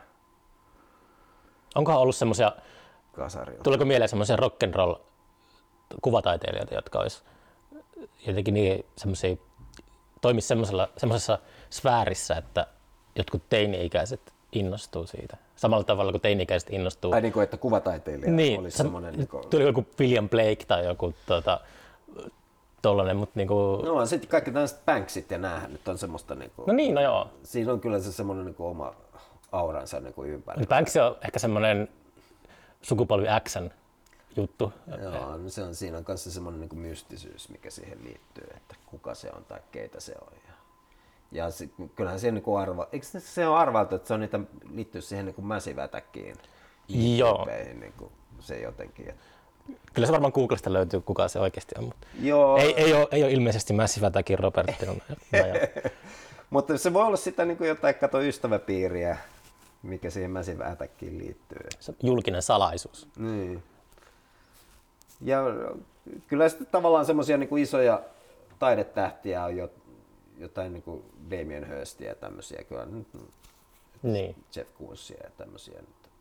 onkohan ollut semmoisia, tuleeko mieleen semmoisia rock'n'roll kuvataiteilijoita, jotka olisi jotenkin niin semmoisia, toimisi semmoisessa sfäärissä, että jotkut teini-ikäiset innostuu siitä. Samalla tavalla kuin teini-ikäiset innostuu. Tai niin kuin, että kuvataiteilija Niin, olisi semmoinen... Niin kuin... Tuli joku William Blake tai joku tollanen, mutta niinku... No sitten kaikki tällaiset Banksit ja näähän nyt on semmoista niinku... No niin, no joo. Siinä on kyllä se semmoinen niinku oma auransa niinku ympäri. Banks on ehkä semmoinen sukupolvi X:n juttu. Joo, no se on, siinä on kanssa semmoinen niinku mystisyys, mikä siihen liittyy, että kuka se on tai keitä se on. Ja kyllähän se niinku eikö se ole arvailtu, että se on niitä liittyy siihen niinku Massive Attackiin? Joo. Niinku se jotenkin. Kyllä se varmaan Googlesta löytyy, kuka se oikeasti on, mutta Joo. Ei ole ilmeisesti Massive Attackin Robert Tillman. Mutta se voi olla sitä niin kuin jotain ystäväpiiriä, mikä siihen Massive Attackiin liittyy. Se on julkinen salaisuus. Niin. Ja kyllä sitten tavallaan semmoisia niin kuin isoja taidetähtiä on jotain niin kuin Damien Hirstia ja tämmöisiä. Kyllä Niin. Jeff Koonsia ja tämmöisiä.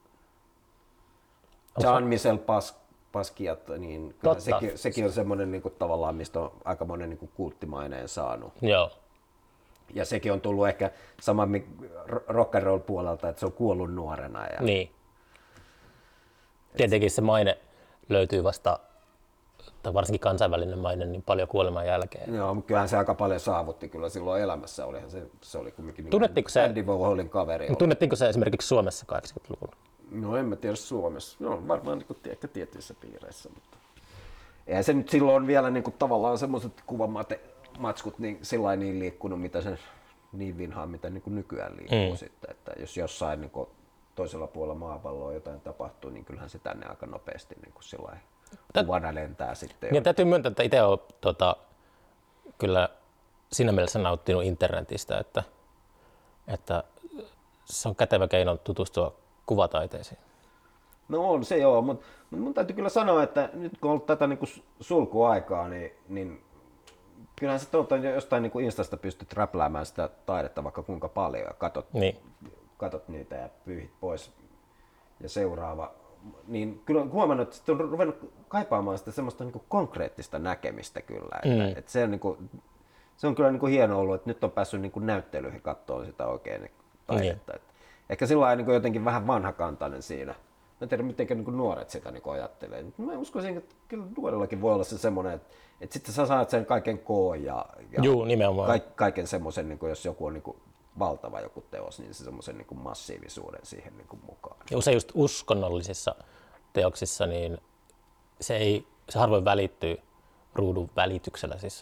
Jean-Michel Basquiat, niin kyllä sekin on semmoinen niin kuin, tavallaan, mistä on aika monen niin kuin kulttimaineen saanut. Joo. Ja sekin on tullut ehkä saman rock and roll puolelta, että se on kuollut nuorena. Ja... Niin. Tietenkin se maine löytyy vasta, tai varsinkin kansainvälinen maine, niin paljon kuoleman jälkeen. Joo, mutta kyllähän se aika paljon saavutti kyllä silloin elämässä. Olihan se oli kumminkin Andy Warholin kaveri. Tunnettiinko se esimerkiksi Suomessa 80-luvulla? No en mä tiedä Suomessa. No varmaan niin ehkä tietyissä piireissä. Mutta... Eihän se nyt silloin vielä niin kuin, tavallaan semmoiset kuvamatskut niin, sillain niin liikkunut, mitä se niin vinhaa, mitä niin kuin nykyään liikkuu sitten. Että jos jossain niin kuin, toisella puolella maapalloa jotain tapahtuu, niin kyllähän se tänne aika nopeasti niin kuin sillain kuvana lentää sitten. Ja täytyy myöntää, että itse olen kyllä siinä mielessä nauttinut internetistä, että se on kätevä keino tutustua kuvataiteisiin. No on se joo, mutta mun täytyy kyllä sanoa, että nyt kun on ollut tätä niinku sulkuaikaa, niin kyllähän se jostain niinku Instasta pystyt räpläämään sitä taidetta vaikka kuinka paljon ja katot niitä ja pyyhit pois ja seuraava. Niin kyllä on huomannut, että sitten on ruvennut kaipaamaan sitä semmoista niinku konkreettista näkemistä kyllä. Että se on kyllä niinku hienoa ollut, että nyt on päässyt niinku näyttelyihin katsomaan sitä oikein taidetta. Ehkä sillä lailla niin jotenkin vähän vanhakantainen siinä. Mä en tiedä, miten niin nuoret sitä niin ajattelee. Mä uskoisin, että kyllä nuorellakin voi olla se semmoinen, että sitten sä saat sen kaiken koon ja kaiken semmoisen, niin jos joku on niin valtava joku teos, niin se semmoisen niin massiivisuuden siihen niin mukaan. Ja usein just uskonnollisissa teoksissa, niin se harvoin välittyy ruudun välityksellä, siis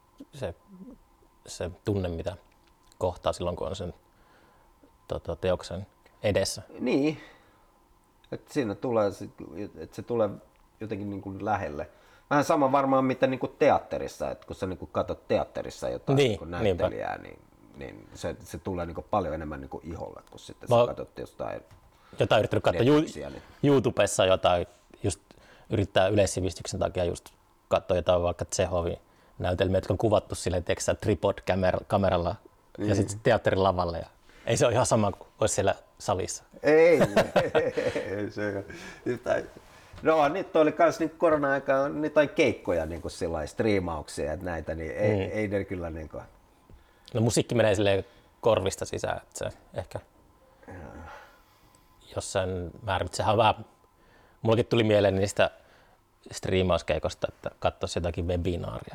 se tunne, mitä kohtaa silloin, kun on sen teoksen edessä. Niin, että siinä tulee, että se tulee jotenkin niin kuin lähelle. Vähän sama varmaan mitä niin kuin teatterissa, että kun sä niin kuin katsot teatterissa jotain niin kuin näyttelijää, niin se tulee niin kuin paljon enemmän niin kuin iholle, kun sitten sä katsot jostain yrittänyt katsoa YouTubessa jotain, just yrittää yleissivistyksen takia just katsoa jotain vaikka Tšekhovin näytelmiä, jotka on kuvattu silleen, teksä tripod-kameralla ja sitten teatterin lavalle. Ja ei se ole ihan sama kuin olisi siellä salissa. Ei se no nyt oli myös niin korona-aikaan jotain keikkoja niin kuin striimauksia ja näitä, niin ei ne kyllä niin kuin... No musiikki menee silleen korvista sisään, että se ehkä jossain määrin, mutta sehän on vähän... Mullakin tuli mieleen niistä striimauskeikosta, että katsoisi jotakin webinaaria.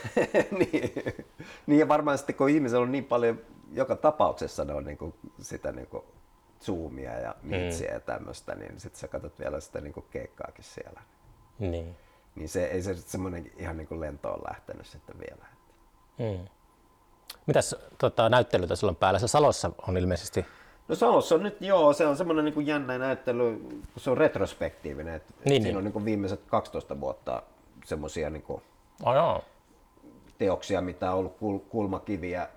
niin ja varmaan sitten kun ihmisellä on niin paljon, joka tapauksessa ne on niin kuin sitä niin kuin Zoomia ja Meetsiä ja tämmöistä, niin sitten sä katsot vielä sitä niin kuin keikkaakin siellä. Niin se ei se semmoinen ihan niin kuin lentoon lähtenyt sitten vielä. Mitäs näyttelytä sulla on päällä? Se Salossa on ilmeisesti... No Salossa on nyt se on semmoinen niin kuin jännä näyttely, kun se on retrospektiivinen. Siinä on niin kuin viimeiset 12 vuotta semmoisia niin kuin teoksia, mitä on ollut kulmakiviä,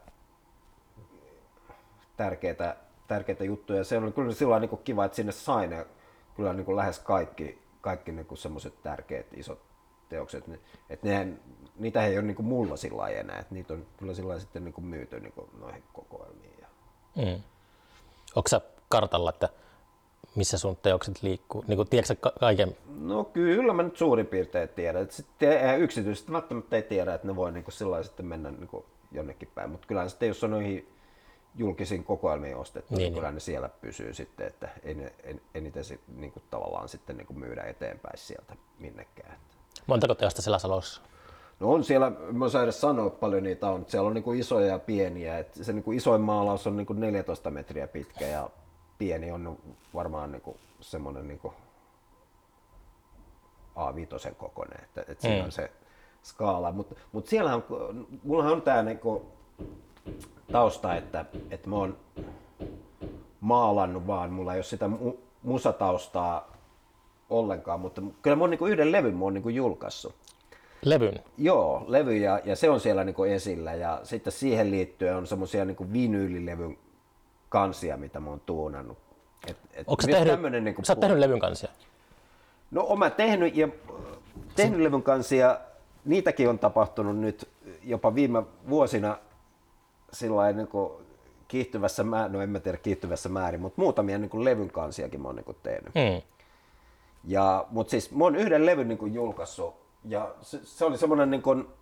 tärkeitä juttuja. Se on kyllä sillä niin kiva, että sinne sai ne kyllä niin kuin lähes kaikki niin semmoiset tärkeät isot teokset. Että niitä ei ole niin kuin mulla sillä lailla enää, että niitä on kyllä sillä lailla sitten niin kuin myyty niin kuin noihin kokoelmiin. Onko sä kartalla, että missä sun teokset liikkuu? Niin tiedätkö kaiken? No kyllä mä nyt suurin piirtein tiedän. Sitten yksityiset välttämättä ei tiedä, että ne voi niin kuin sillä lailla sitten mennä niin kuin jonnekin päin. Mutta kyllähän sitten jos on noihin julkisiin kokoelmiin ostettu, niin kyllä niin. ne siellä pysyy sitten, että ei niitä niin kuin tavallaan sitten niin kuin myydä eteenpäin sieltä minnekään. Montako teosta siellä Salossa? No on siellä, mä osaan edes sanoa paljon niitä on, siellä on niin kuin isoja ja pieniä, että se niin kuin isoin maalaus on niin kuin 14 metriä pitkä ja pieni on varmaan niin kuin semmoinen niin kuin A5 kokoinen, että siinä on se skaala, mutta siellähän, mullahan on tää niinku tausta, että mä oon maalannut vaan, mulla ei ole sitä musataustaa ollenkaan, mutta kyllä mä oon niinku yhden levyn mä oon niinku julkaissut. Levyn? Joo, levy ja se on siellä niinku esillä ja sitten siihen liittyen on semmosia niinku vinyylilevyn kansia, mitä mä oon tuunannut. Onko sä tehnyt levyn kansia? No oon mä tehnyt levyn kansia, niitäkin on tapahtunut nyt jopa viime vuosina sillain niin kiihtyvässä määrin, no en mä tiedä kiihtyvässä määrin, mutta muutamia niin levyn kansiakin mä oon niin tehnyt. Mutta siis mä oon yhden levyn niin julkaissut ja se oli semmoinen niin kuin,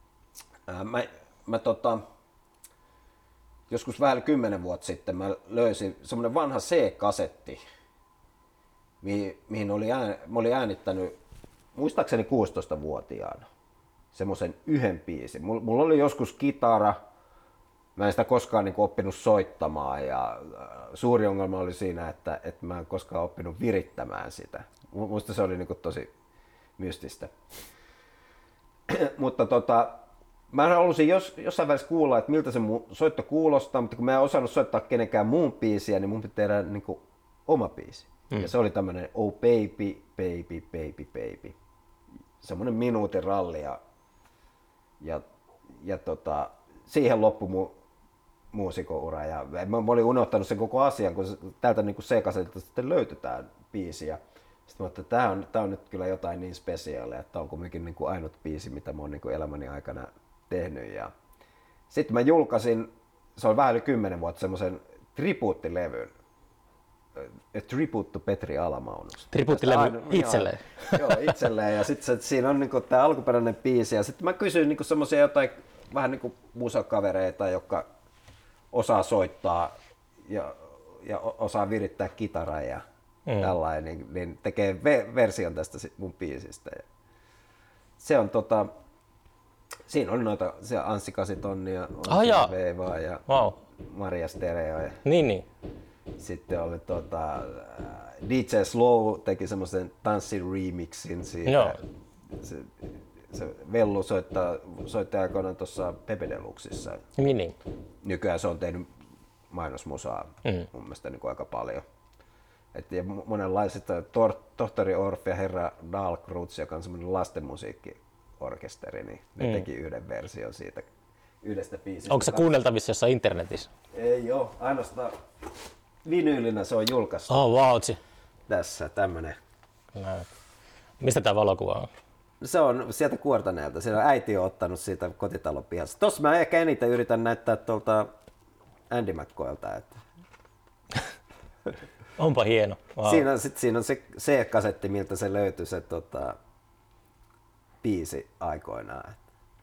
joskus vähän 10 vuotta sitten mä löysin semmoinen vanha C-kasetti, mihin mä olin äänittänyt muistaakseni 16-vuotiaana semmoisen yhden biisin. Mulla oli joskus kitara, mä en sitä koskaan niin kuin oppinut soittamaan ja suuri ongelma oli siinä, että mä en koskaan oppinut virittämään sitä. Musta se oli niin kuin tosi mystistä. Mutta mä halusin jossain välissä kuulla, että miltä se mun soitto kuulostaa, mutta kun mä en osannut soittaa kenenkään muun biisiä, niin mun pitää tehdä niin kuin oma biisi. Ja se oli tämmönen Oh baby, baby, baby, baby. Semmoinen minuutin ralli ja siihen loppui mun muusikkoura ja mä olin unohtanut sen koko asian, kun täältä niin kuin C-kasetilta sitten löytyi tää biisi ja sitten mä ajattelin, että tää on nyt kyllä jotain niin spesiaalia, että tää on kuitenkin niin kuin ainut biisi, mitä mä oon niin kuin elämäni aikana tehnyt ja sitten mä julkaisin, se on vähän yli 10 vuotta, semmoisen tribuuttilevyn. A Tribute to Petri Alamaunus. Tribuuttilevy itselleen? Joo, itselleen. Ja sitten siinä on niinku tämä alkuperäinen biisi. Ja sitten mä kysyin niinku semmoisia jotain vähän niinku musakavereita, jotka osaa soittaa ja osaa virittää kitaraa ja tällainen, niin tekee version tästä mun biisistä. Ja se on siinä oli noita se Anssi Kasitonnia, Veivaa ja Maria Stereo. Ja niin. Sitten oli DJ Slow teki semmoisen tanssi-remixin siitä. Joo. Se Vellu soitti aikoinaan tuossa Pepe Deluxissa. Niin. Nykyään se on tehnyt mainosmusaa mun mielestä niin kuin aika paljon. Ja monenlaiset Tohtori Orff ja Herra Dahlkrutz, joka on semmoinen lastenmusiikkiorkesteri, niin ne teki yhden version siitä yhdestä biisistä. Onko se kuunneltavissa jossain internetissä? Ei oo, ainoastaan vinyylinä se on julkaistu. Oh, wow. Tässä tämmönen. Näin. Mistä tää valokuva on? Se on sieltä Kuortaneelta. Siellä äiti on ottanut siitä kotitalon pihassa. Tossa mä ehkä eniten yritän näyttää tuolta Andy McCoylta. Että... Onpa hieno. Wow. Siinä on se C-kasetti, miltä se löytyi se biisi aikoinaan.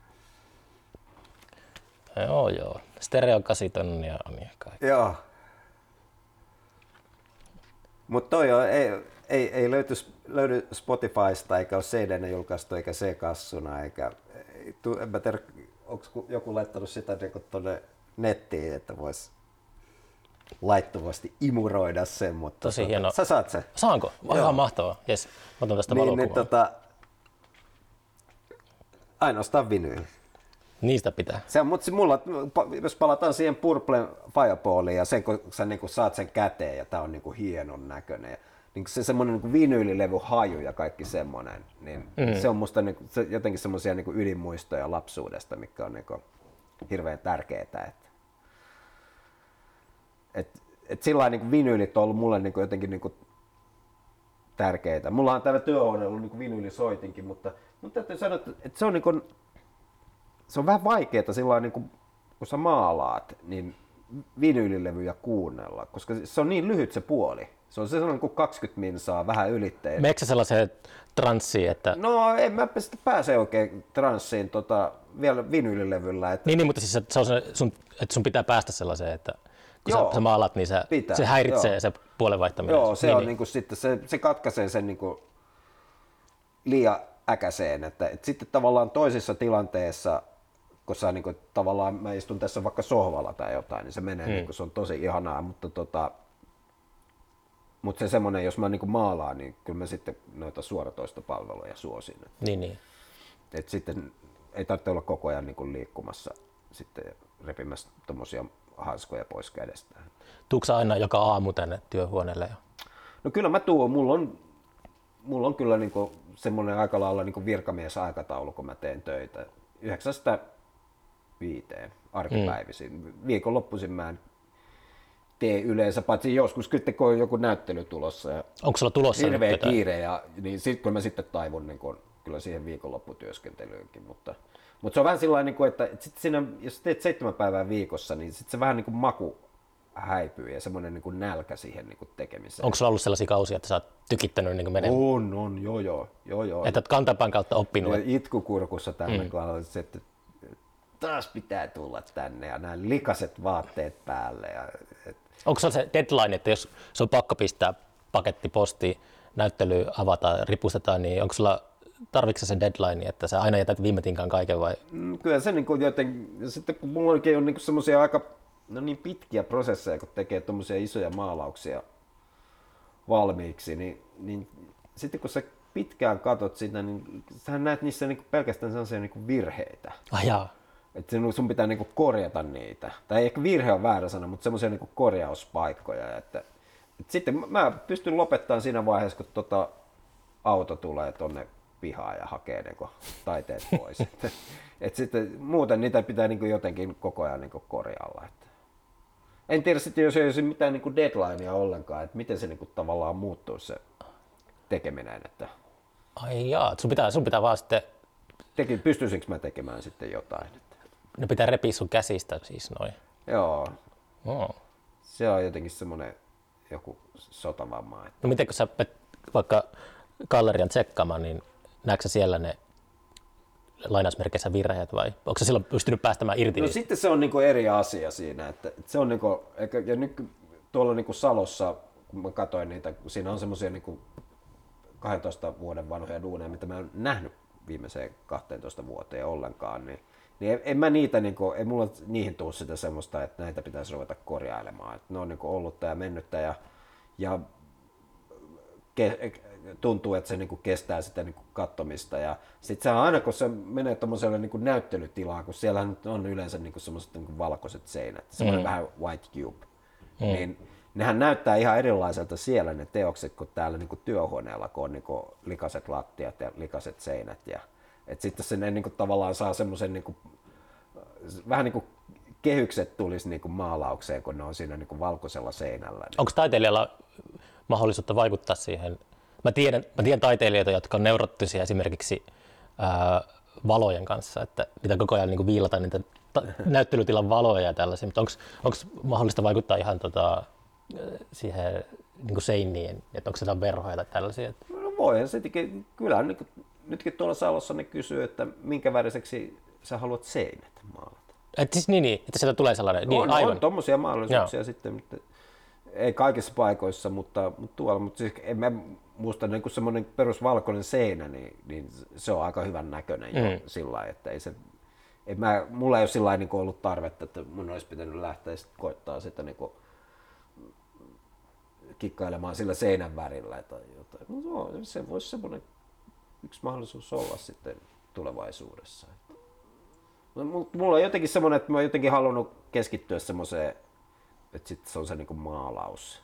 Joo. Stereo 8 tonnia on ja kaikki. Joo. Mutta toi ei löydy Spotifysta eikä ole CD-nä julkaistu eikä C-kassuna eikä en mä tiedä, onko joku laittanut sitä tuonne nettiin, että vois laittavasti imuroida sen, mutta tosi hieno. Sä saat sen. Saanko? Ihan mahtavaa. Jes. Mä otan tästä valokuvaa. Ainoastaan vinyyli. Niistä pitää. Mutta mulla, jos palataan siihen Purple Fireballiin ja sen, kun sä niin saat sen käteen ja tää on niin hienon näköinen. Niin se semmoinen niin vinyylilevy haju ja kaikki semmoinen, niin se on musta niin, se jotenkin semmoisia niin ydinmuistoja lapsuudesta, mikä on niin hirveän tärkeää. Et sillä niin vinyylit on ollut mulle niin jotenkin niin tärkeitä. Mulla on täällä työhuoneella ollut niin vinyylisoitinkin, mutta täytyy sanoa, että se on niin kuin, se on vähän vaikeaa sillä niin kun sä maalaat, niin vinyylilevyjä kuunnella, koska se on niin lyhyt se puoli. Se on sellainen kuin 20 minsaa, vähän ylitteinen. Meneekö sä sellaiseen transsiin, että... No en mä pääse oikein transsiin vielä vinyylilevyllä. Että... Niin, mutta siis se on että sun pitää päästä sellaiseen, että kun Joo, sä maalat, niin se häiritsee joo. se puolen vaihtaminen. Joo, se on niinku sitten, se katkaisee sen niinku liian äkäiseen, että sitten tavallaan toisessa tilanteessa, kun sä niinku, tavallaan mä istun tässä vaikka sohvalla tai jotain, niin se menee, niinku, se on tosi ihanaa, mutta se semmoinen, jos mä niinku maalaan, niin kyllä mä sitten noita suoratoistopalveluja suosin. Niin. Et sitten ei tarvitse olla koko ajan niinku liikkumassa sitten repimässä tommosia hanskoja pois kädestään. Tuutko sä aina joka aamu tänne työhuoneelle? No kyllä mä tuon, mulla on kyllä niinku semmoinen aika lailla niinku virkamiesaikataulu, kun mä teen töitä 9–5 arkipäivisin. Viikonloppuisin mä en tee yleensä, paitsi joskus kyllä kun on joku näyttely tulossa ja onko sulla tulossa hirveä kiire, niin kyllä mä sitten taivun niinku, kyllä siihen viikonlopputyöskentelyynkin, mutta se on vähän sillä tavalla, että sit siinä, jos teet 7 päivää viikossa, niin sitten se vähän niin kuin maku häipyy ja semmoinen niin kuin nälkä siihen niin kuin tekemiseen. Onko sulla ollut sellaisia kausia, että sä oot tykittänyt niin menemään? On, joo. Että oot kantapään kautta oppinut? Ja itkukurkussa tämmöinen, kun aloin, että taas pitää tulla tänne ja nämä likaset vaatteet päälle. Onko se deadline, että jos se on pakko pistää paketti postiin, näyttely avataan, ripustetaan, niin onko sulla tarvitsetko sen deadline, että sä aina jätät viime tinkaan kaiken vai? Kyllä se niin joten, sitten kun mulla oikein on niin semmoisia aika niin pitkiä prosesseja, kun tekee tommosia isoja maalauksia valmiiksi, niin sitten kun sä pitkään katot sitä, niin sähän näet niissä niin pelkästään sellaisia niin virheitä. Jaa. Että sun pitää niin korjata niitä. Tai ehkä virhe on väärä sana, mutta semmoisia niin korjauspaikkoja. Että sitten mä pystyn lopettamaan siinä vaiheessa, kun auto tulee tonne pihaan ja hakee niin taiteet pois. Et sitten muuten niitä pitää niin jotenkin koko ajan niin korjailla. En tiedä sitten, jos ei olisi mitään niin deadlinea ollenkaan, että miten se niin tavallaan muuttuisi se tekeminen. Että Ai jaa, sun pitää vaan sitten... Pystyisinkö mä tekemään sitten jotain? Ne pitää repiä sun käsistä siis noin. Joo. Oh. Se on jotenkin semmoinen joku sotavamma. No miten kun sä vaikka gallerian tsekkaamaan, niin näetkö sä siellä ne lainausmerkeissä virheet vai onko sä silloin pystynyt päästämään irti? No sitten se on niinku eri asia siinä, että se on niinku, ja nyt tuolla niinku Salossa, kun mä katsoin niitä, siinä on semmoisia niinku 12 vuoden vanhoja duuneja, mitä mä en nähnyt viimeiseen 12 vuoteen ollenkaan, niin en mä niitä, niinku, ei mulla niihin tuu sitä semmoista, että näitä pitäisi ruveta korjailemaan, että ne on niinku ollutta ja mennyttä ja tuntuu, että se niinku kestää sitä niinku kattomista ja sitten se aina kun se menee tommoselle niinku näyttelytilaan, kun siellä on yleensä niinku semmoiset niinku valkoiset seinät, semmoinen vähän white cube, niin nehän näyttää ihan erilaiselta siellä ne teokset kuin täällä niinku työhuoneella, kun on niinku likaset lattiat ja likaset seinät ja et sitten se ne niinku tavallaan saa semmoisen niinku vähän niinku kehykset tulisi niinku maalaukseen, kun ne on siinä niinku valkoisella seinällä. Onko taiteilijalla mahdollisuutta vaikuttaa siihen? Mä tiedän taiteilijoita, jotka on neuroottisia esimerkiksi valojen kanssa, että niitä koko ajan niin viilata niitä näyttelytilan valoja ja tällaisia, mutta onko mahdollista vaikuttaa ihan siihen niin seiniin, että onko siellä verhoja tai tällaisia? No voi, kyllä niin, nytkin tuolla Salossa ne kysyy, että minkä väriseksi sä haluat seinät maalata. Siis niin, että sieltä tulee sellainen, niin aivan. On tommosia mahdollisuuksia sitten, mutta ei kaikissa paikoissa, mutta tuolla, mutta siis en mä muista niin kuin semmoinen perusvalkoinen seinä, niin se on aika hyvän näköinen jo sillä lailla, että ei se, mulla ei ole sillä lailla niin ollut tarvetta, että mun olisi pitänyt lähteä koittaa sitä niin kuin kikkailemaan sillä seinän värillä tai jotain. No, se voisi semmoinen yksi mahdollisuus olla sitten tulevaisuudessa. Mulla on jotenkin semmoinen, että mä oon jotenkin halunnut keskittyä semmoiseen, että sitten se on se niinku maalaus.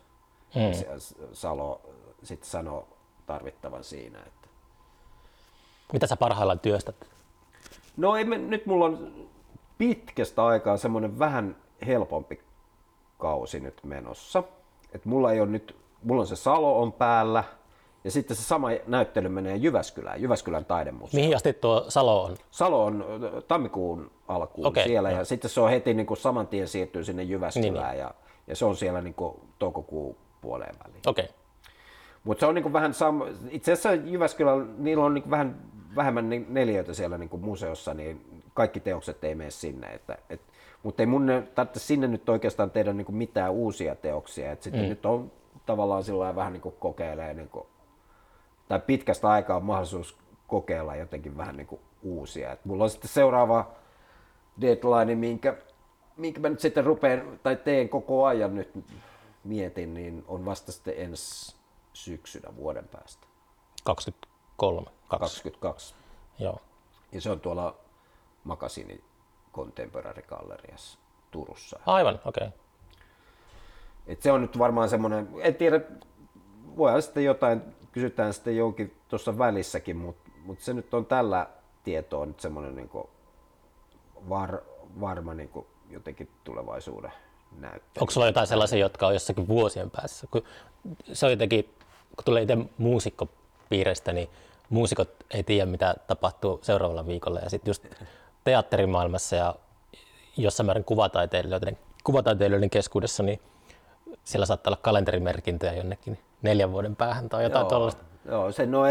Salo sitten sanoo tarvittavan siinä. Että. Mitä sä parhaillaan työstät? No nyt mulla on pitkästä aikaa semmoinen vähän helpompi kausi nyt menossa. Et mulla on se Salo on päällä ja sitten se sama näyttely menee Jyväskylän taidemuseoon. Mihin asti tuo Salo on? Salo on tammikuun alkuun siellä ja sitten se on heti niin kuin saman tien siirtyy sinne Jyväskylään ja se on siellä niin kuin toukokuun puoleen väliin. Okay. Mutta se on niin kuin vähän itse asiassa Jyväskylällä niillä on niin kuin vähän vähemmän neliöitä siellä niin kuin museossa, niin kaikki teokset ei mene sinne. Mutta ei mun tarvitse sinne nyt oikeastaan tehdä niin kuin mitään uusia teoksia. Et sitten nyt on tavallaan sillä vähän niin kuin kokeilee, niin kuin, tai pitkästä aikaa on mahdollisuus kokeilla jotenkin vähän niin kuin uusia. Et mulla on sitten seuraava deadline, minkä mä nyt sitten rupean tai teen koko ajan nyt mietin, niin on vasta sitten ensi syksynä vuoden päästä. 23. 22. Joo. Ja se on tuolla Makasiini Contemporary Galleriassa Turussa. Aivan, okei. Okay. Et se on nyt varmaan semmoinen, en tiedä, voidaan sitten jotain, kysytään sitten jonkin tuossa välissäkin, mutta se nyt on tällä tietoa nyt semmoinen niinku varma niinku jotenkin tulevaisuuden näyttely. Onko sulla jotain sellaisia, jotka on jossakin vuosien päässä? Kun se on jotenkin, kun tulee itse muusikkopiireistä, niin muusikot ei tiedä, mitä tapahtuu seuraavalla viikolla. Ja sitten just teatterimaailmassa ja jossain määrin kuvataiteilijoiden keskuudessa, niin siellä saattaa olla kalenterimerkintöjä jonnekin 4 vuoden päähän tai jotain tuollaista. Joo,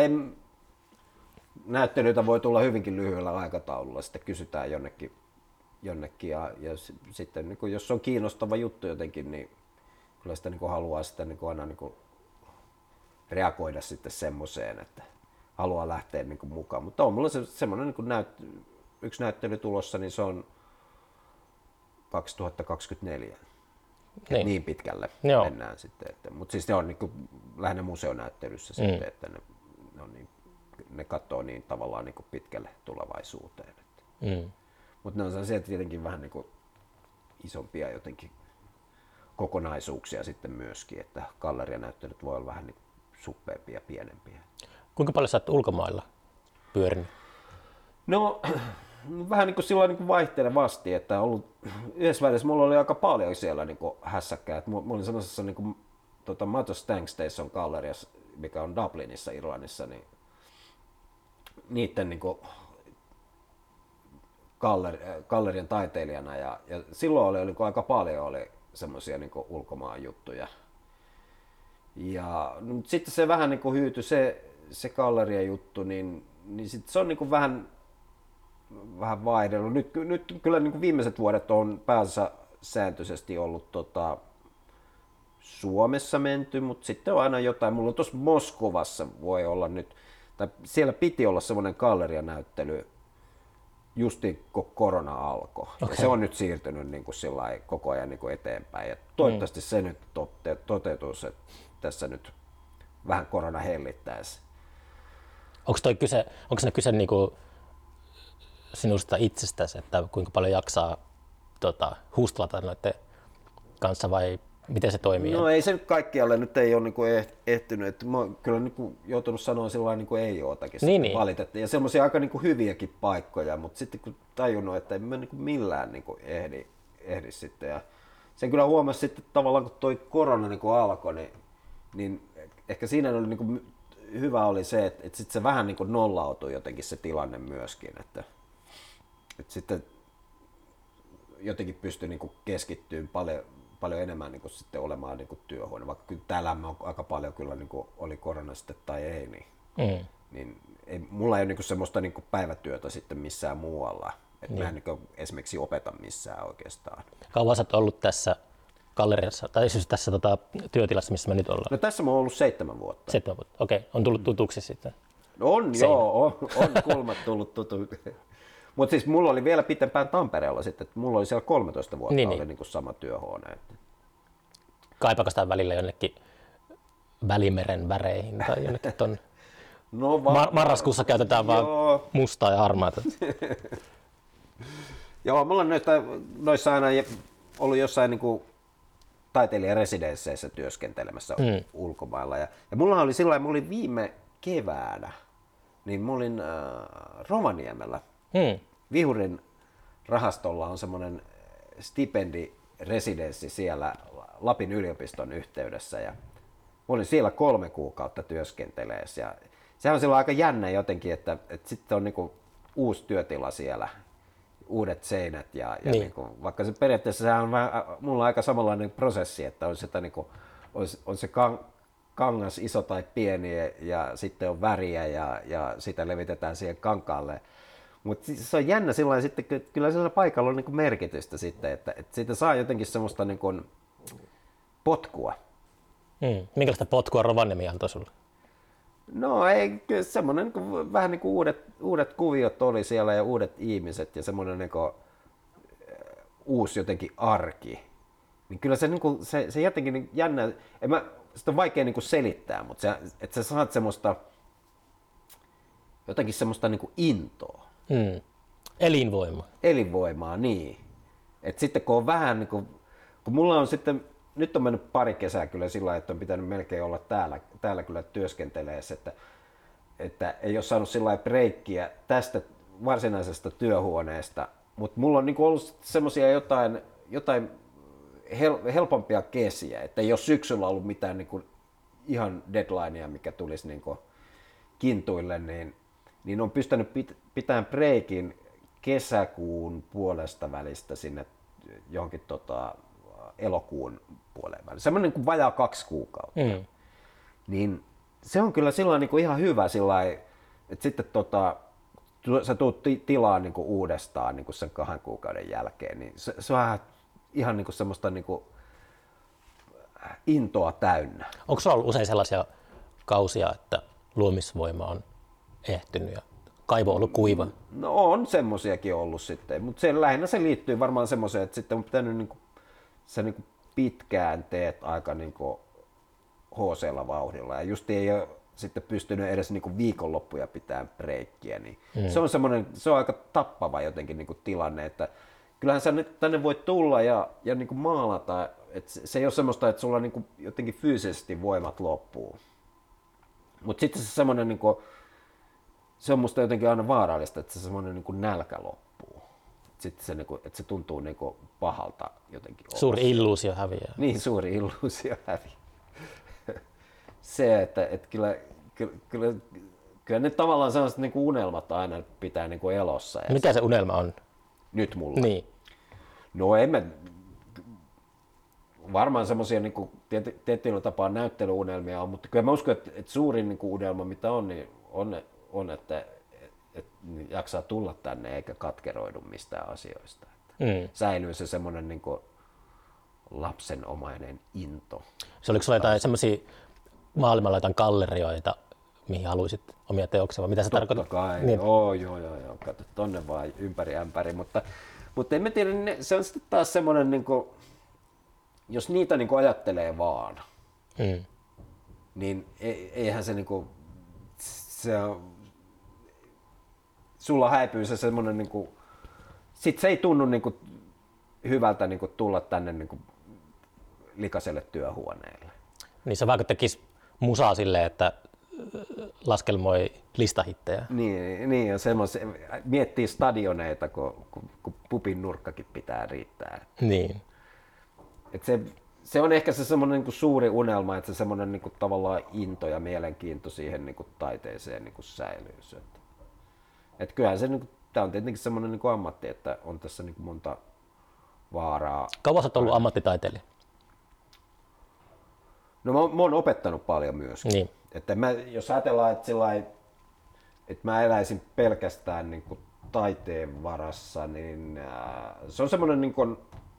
näyttelyitä voi tulla hyvinkin lyhyellä aikataululla, sitten kysytään jonnekin ja sitten niin jos on kiinnostava juttu jotenkin, niin kyllä sitä niin haluaa sitä niin aina niin reagoida sitten semmoiseen, että haluaa lähteä niin mukaan. Mutta on mulla semmoinen niin yksi näyttely tulossa, niin se on 2024. Niin pitkälle mennään sitten. Mutta siis ne on niin lähinnä museonäyttelyssä sitten, että ne katsoo niin tavallaan niin pitkälle tulevaisuuteen. Mutta ne on sellaisia tietenkin vähän niin isompia jotenkin kokonaisuuksia sitten myöskin, että gallerianäyttelyt voi olla vähän niin suppeampia ja pienempiä. Kuinka paljon sä oot ulkomailla pyörinyt? No vähän niin kuin silloin niin kuin vaihtelevasti, että ollut, yhdessä välissä mulla oli aika paljon siellä niin kuin hässäkkää. Mä olin semmoisessa niin kuin, Matos Tank Station galleriassa, mikä on Dublinissa, Irlannissa, niin niiden niin kuin, gallerian taiteilijana ja silloin oli aika paljon oli semmoisia niin kuin ulkomaan juttuja. Ja sitten se vähän niin kuin hyytyi se gallerian juttu, niin sitten se on niin kuin vähän vaihdellut. Nyt kyllä niin kuin viimeiset vuodet on päässä sääntöisesti ollut Suomessa menty, mutta sitten on aina jotain. Mulla on tuossa Moskovassa voi olla nyt, tai siellä piti olla semmoinen gallerianäyttely justi kun korona alkoi. Okay. Se on nyt siirtynyt niin kuin koko ajan niin kuin eteenpäin. Ja toivottavasti se nyt toteutuisi, että tässä nyt vähän korona hellittäisi. Onko se kyse niin kuin sinusta itsestäsi, että kuinka paljon jaksaa hustlata noiden kanssa vai miten se toimii? No ei se nyt kaikkialle nyt ei ole niin kuin ehtinyt. Että mä oon kyllä niin kuin joutunut sanoa sillä niin kuin ei ootakin niin. Valitettiin. Ja semmoisia aika niin kuin hyviäkin paikkoja, mutta sitten kun tajunnut, että en mä niin kuin millään niin kuin ehdi sitten. Ja sen kyllä huomasi sitten tavallaan, kun toi korona niin kuin alkoi, niin ehkä siinä oli niin kuin hyvä oli se, että sitten se vähän niin kuin nollautui jotenkin se tilanne myöskin. Että sitten jotenkin pystyi niin kuin keskittymään paljon enemmän niin kuin sitten olemaan niin kuin työhuone, vaikka kyllä täällä on aika paljon kyllä niin kuin oli korona sitten tai ei, niin ei, mulla ei ole niin kuin semmoista niin kuin päivätyötä sitten missään muualla, että mä en niin kuin esimerkiksi opeta missään oikeastaan. Kauan sä oot ollut tässä galleriassa, tai siis tässä työtilassa, missä me nyt ollaan? No tässä mä oon ollut 7 vuotta. 7 vuotta, okei. On tullut tutuksi sitten? No on joo, on kulmat tullut tutuksi. Mutta siis mulla oli vielä pitempään Tampereella sitten, että mulla oli siellä 13 vuotta oli niin kuin sama työhuone. Kaipaako sitä välillä jonnekin Välimeren väreihin tai jonnekin ton? No, marraskuussa käytetään vaan mustaa ja harmaata. Joo, mulla on noissa aina ollut jossain niin kuin taiteilijaresidensseissä työskentelemässä ulkomailla. Ja mulla oli silloin, mä olin viime keväänä, niin mä olin Rovaniemellä. Vihurin rahastolla on semmoinen stipendiresidenssi siellä Lapin yliopiston yhteydessä ja mä olin siellä 3 kuukautta työskenteleessä ja sehän on silloin aika jännä jotenkin, että sitten on niinku uusi työtila siellä, uudet seinät ja niinku, vaikka se periaatteessa sehän on vähän, mulla on aika samanlainen prosessi, että on, sitä niinku, on se kangas iso tai pieni ja sitten on väriä ja sitä levitetään siihen kankaalle. Mutta se on jännä sillä sitten, kyllä sillä paikalla on niin kuin merkitystä sitten, että siitä saa jotenkin semmoista niin kuin potkua. Minkälaista potkua Rovaniemi antoi sulle? No ei, semmoinen niin vähän niin kuin uudet kuviot oli siellä ja uudet ihmiset ja semmoinen niin kuin uusi jotenkin arki. Niin kyllä se, niin kuin, se jotenkin niin jännä, sitä on vaikea niin kuin selittää, mutta että sä saat semmoista jotenkin semmoista niin kuin intoa. Elinvoimaa, niin. Et sitten kun on vähän niin kuin, kun mulla on sitten, nyt on mennyt pari kesää kyllä sillä lailla, että on pitänyt melkein olla täällä kyllä työskenteleessä, että ei ole saanut sillä lailla breikkiä tästä varsinaisesta työhuoneesta, mutta mulla on niin kuin ollut semmoisia jotain helpompia kesiä, että ei ole syksyllä ollut mitään niin kuin ihan deadlinea, mikä tulisi niin kuin kintuille, niin on pystynyt pitämään breikin kesäkuun puolesta välistä sinne johonkin elokuun puoleen väliin. Semmoinen niin kuin vajaa 2 kuukautta. Niin se on kyllä silloin niin kuin ihan hyvä sillai, että sitten sä tuut tilaan niin kuin uudestaan niin kuin sen 2 kuukauden jälkeen, niin se on ihan niin kuin semmoista niin kuin intoa täynnä. Onko sulla ollut usein sellaisia kausia, että luomisvoima on ehtynyt ja kaivo on ollut kuiva? No on semmosiakin ollut sitten, mutta lähinnä se liittyy varmaan semmoiseen, että sitten on pitänyt niinku, sä niinku pitkään teet aika niinku hooseella vauhdilla ja just ei ole sitten pystynyt edes niinku viikonloppuja pitämään breikkiä, niin se on aika tappava jotenkin niinku tilanne, että kyllähän sä nyt tänne voit tulla ja niinku maalata, että se ei ole semmoista, että sulla niinku jotenkin fyysisesti voimat loppuu. Mutta sitten se semmoinen niinku, se on musta jotenkin aina vaarallista, että se semmoinen niinku nälkä loppuu. Sitten se, niinku, että se tuntuu niinku pahalta jotenkin. Suuri illuusio häviää. Niin, suuri illuusio häviää. Se, että kyllä ne tavallaan sellaiset niinku unelmat aina pitää niinku elossa. Mikä se unelma on? Nyt mulla? Niin. No en mä, varmaan semmoisia niinku tietyllä tapaa näyttelyunelmia on, mutta kyllä mä uskon, että suurin niinku unelma mitä on, niin on että jaksaa tulla tänne eikä katkeroidu mistään asioista. Säilyy se semmoinen niinku lapsenomainen into. Se oliko sulla jotain semmoisia maailmalla jotain gallerioita, mihin haluaisit omia teoksia, vai mitä sä tarkoitat? Totta kai, niin. joo, kato tonne vaan ympäri ämpäri, mutta en mä tiedä, se on sitten taas semmoinen, niinku, jos niitä niinku ajattelee vaan, niin eihän se niinku, sulla häipyy se semmoinen, niinku, sit se ei tunnu niinku hyvältä niinku tulla tänne niinku likaiselle työhuoneelle. Niin se vaikka tekisi musaa silleen, että laskelmoi listahittejä. Niin ja miettii stadioneita, kun pupin nurkkakin pitää riittää. Niin. Et se on ehkä se semmoinen niinku suuri unelma, että se semmoinen niinku tavallaan into ja mielenkiinto siihen niinku taiteeseen niinku säilyy. Et kyllähän se niinku, tää on tietenkin semmoinen niinku ammatti, että on tässä niinku monta vaaraa. Kauan sä oot ollut ammattitaiteilija? No mä oon opettanut paljon myöskin. Niin. Että jos ajatellaan, että mä eläisin pelkästään niin kuin taiteen varassa, niin se on semmoinen niin kuin,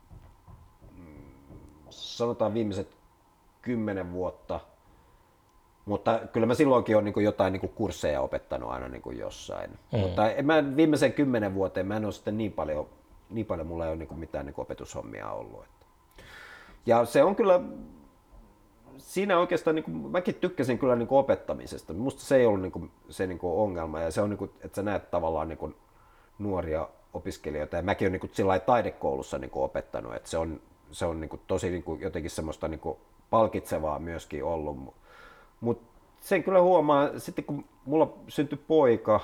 sanotaan viimeiset 10 vuotta, mutta kyllä mä silloinkin olen niin kuin jotain niin kuin kursseja opettanut aina niin kuin jossain. Mutta viimeisen 10 vuoteen mä en ole sitten niin paljon mulla ei ole niin kuin mitään niin kuin opetushommia ollut. Ja se on kyllä siinä oikeastaan niin kuin, mäkin tykkäsin kyllä niin kuin opettamisesta. Musta se ei ollut niin kuin, se niin kuin ongelma ja se on niin kuin, että sä näet tavallaan niin kuin nuoria opiskelijoita ja mäkin olen niin kuin sillä taidekoulussa niin kuin opettanut, että se on niin kuin tosi niin kuin jotenkin semmoista niin kuin palkitsevaa myöskin ollut. Mut sen kyllä huomaa sitten kun mulla syntyi poika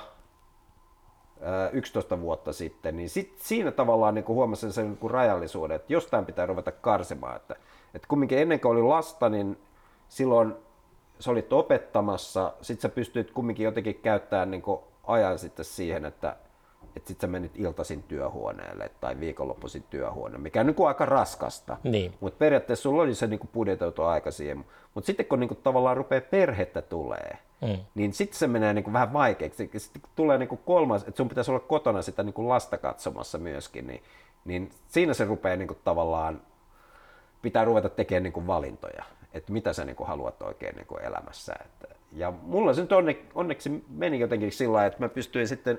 11 vuotta sitten, niin siinä tavallaan niin kuin huomasin sen niin kuin rajallisuuden, että jostain pitää ruveta karsimaan. Että kumminkin ennen kuin oli lasta, niin silloin sä olit opettamassa, sit sä pystyit kumminkin jotenkin käyttämään niin kuin ajan sitten siihen, että että sit sä menit iltaisin työhuoneelle tai viikonloppuisin työhuoneelle, mikä on niin kuin aika raskasta. Niin. Mutta periaatteessa sulla oli se niin kuin budjetoitu aika siihen. Mutta sitten kun niin kuin tavallaan rupeaa perhettä tulee, niin sitten se menee niin kuin vähän vaikeaksi. Sitten kun tulee niin kuin kolmas, että sun pitäisi olla kotona sitä niin kuin lasta katsomassa myöskin, niin siinä se rupeaa niin kuin tavallaan, pitää ruveta tekemään niin kuin valintoja, että mitä sä niin kuin haluat oikein niin kuin elämässä. Ja mulla se nyt onneksi meni jotenkin sillä lailla, että mä pystyin sitten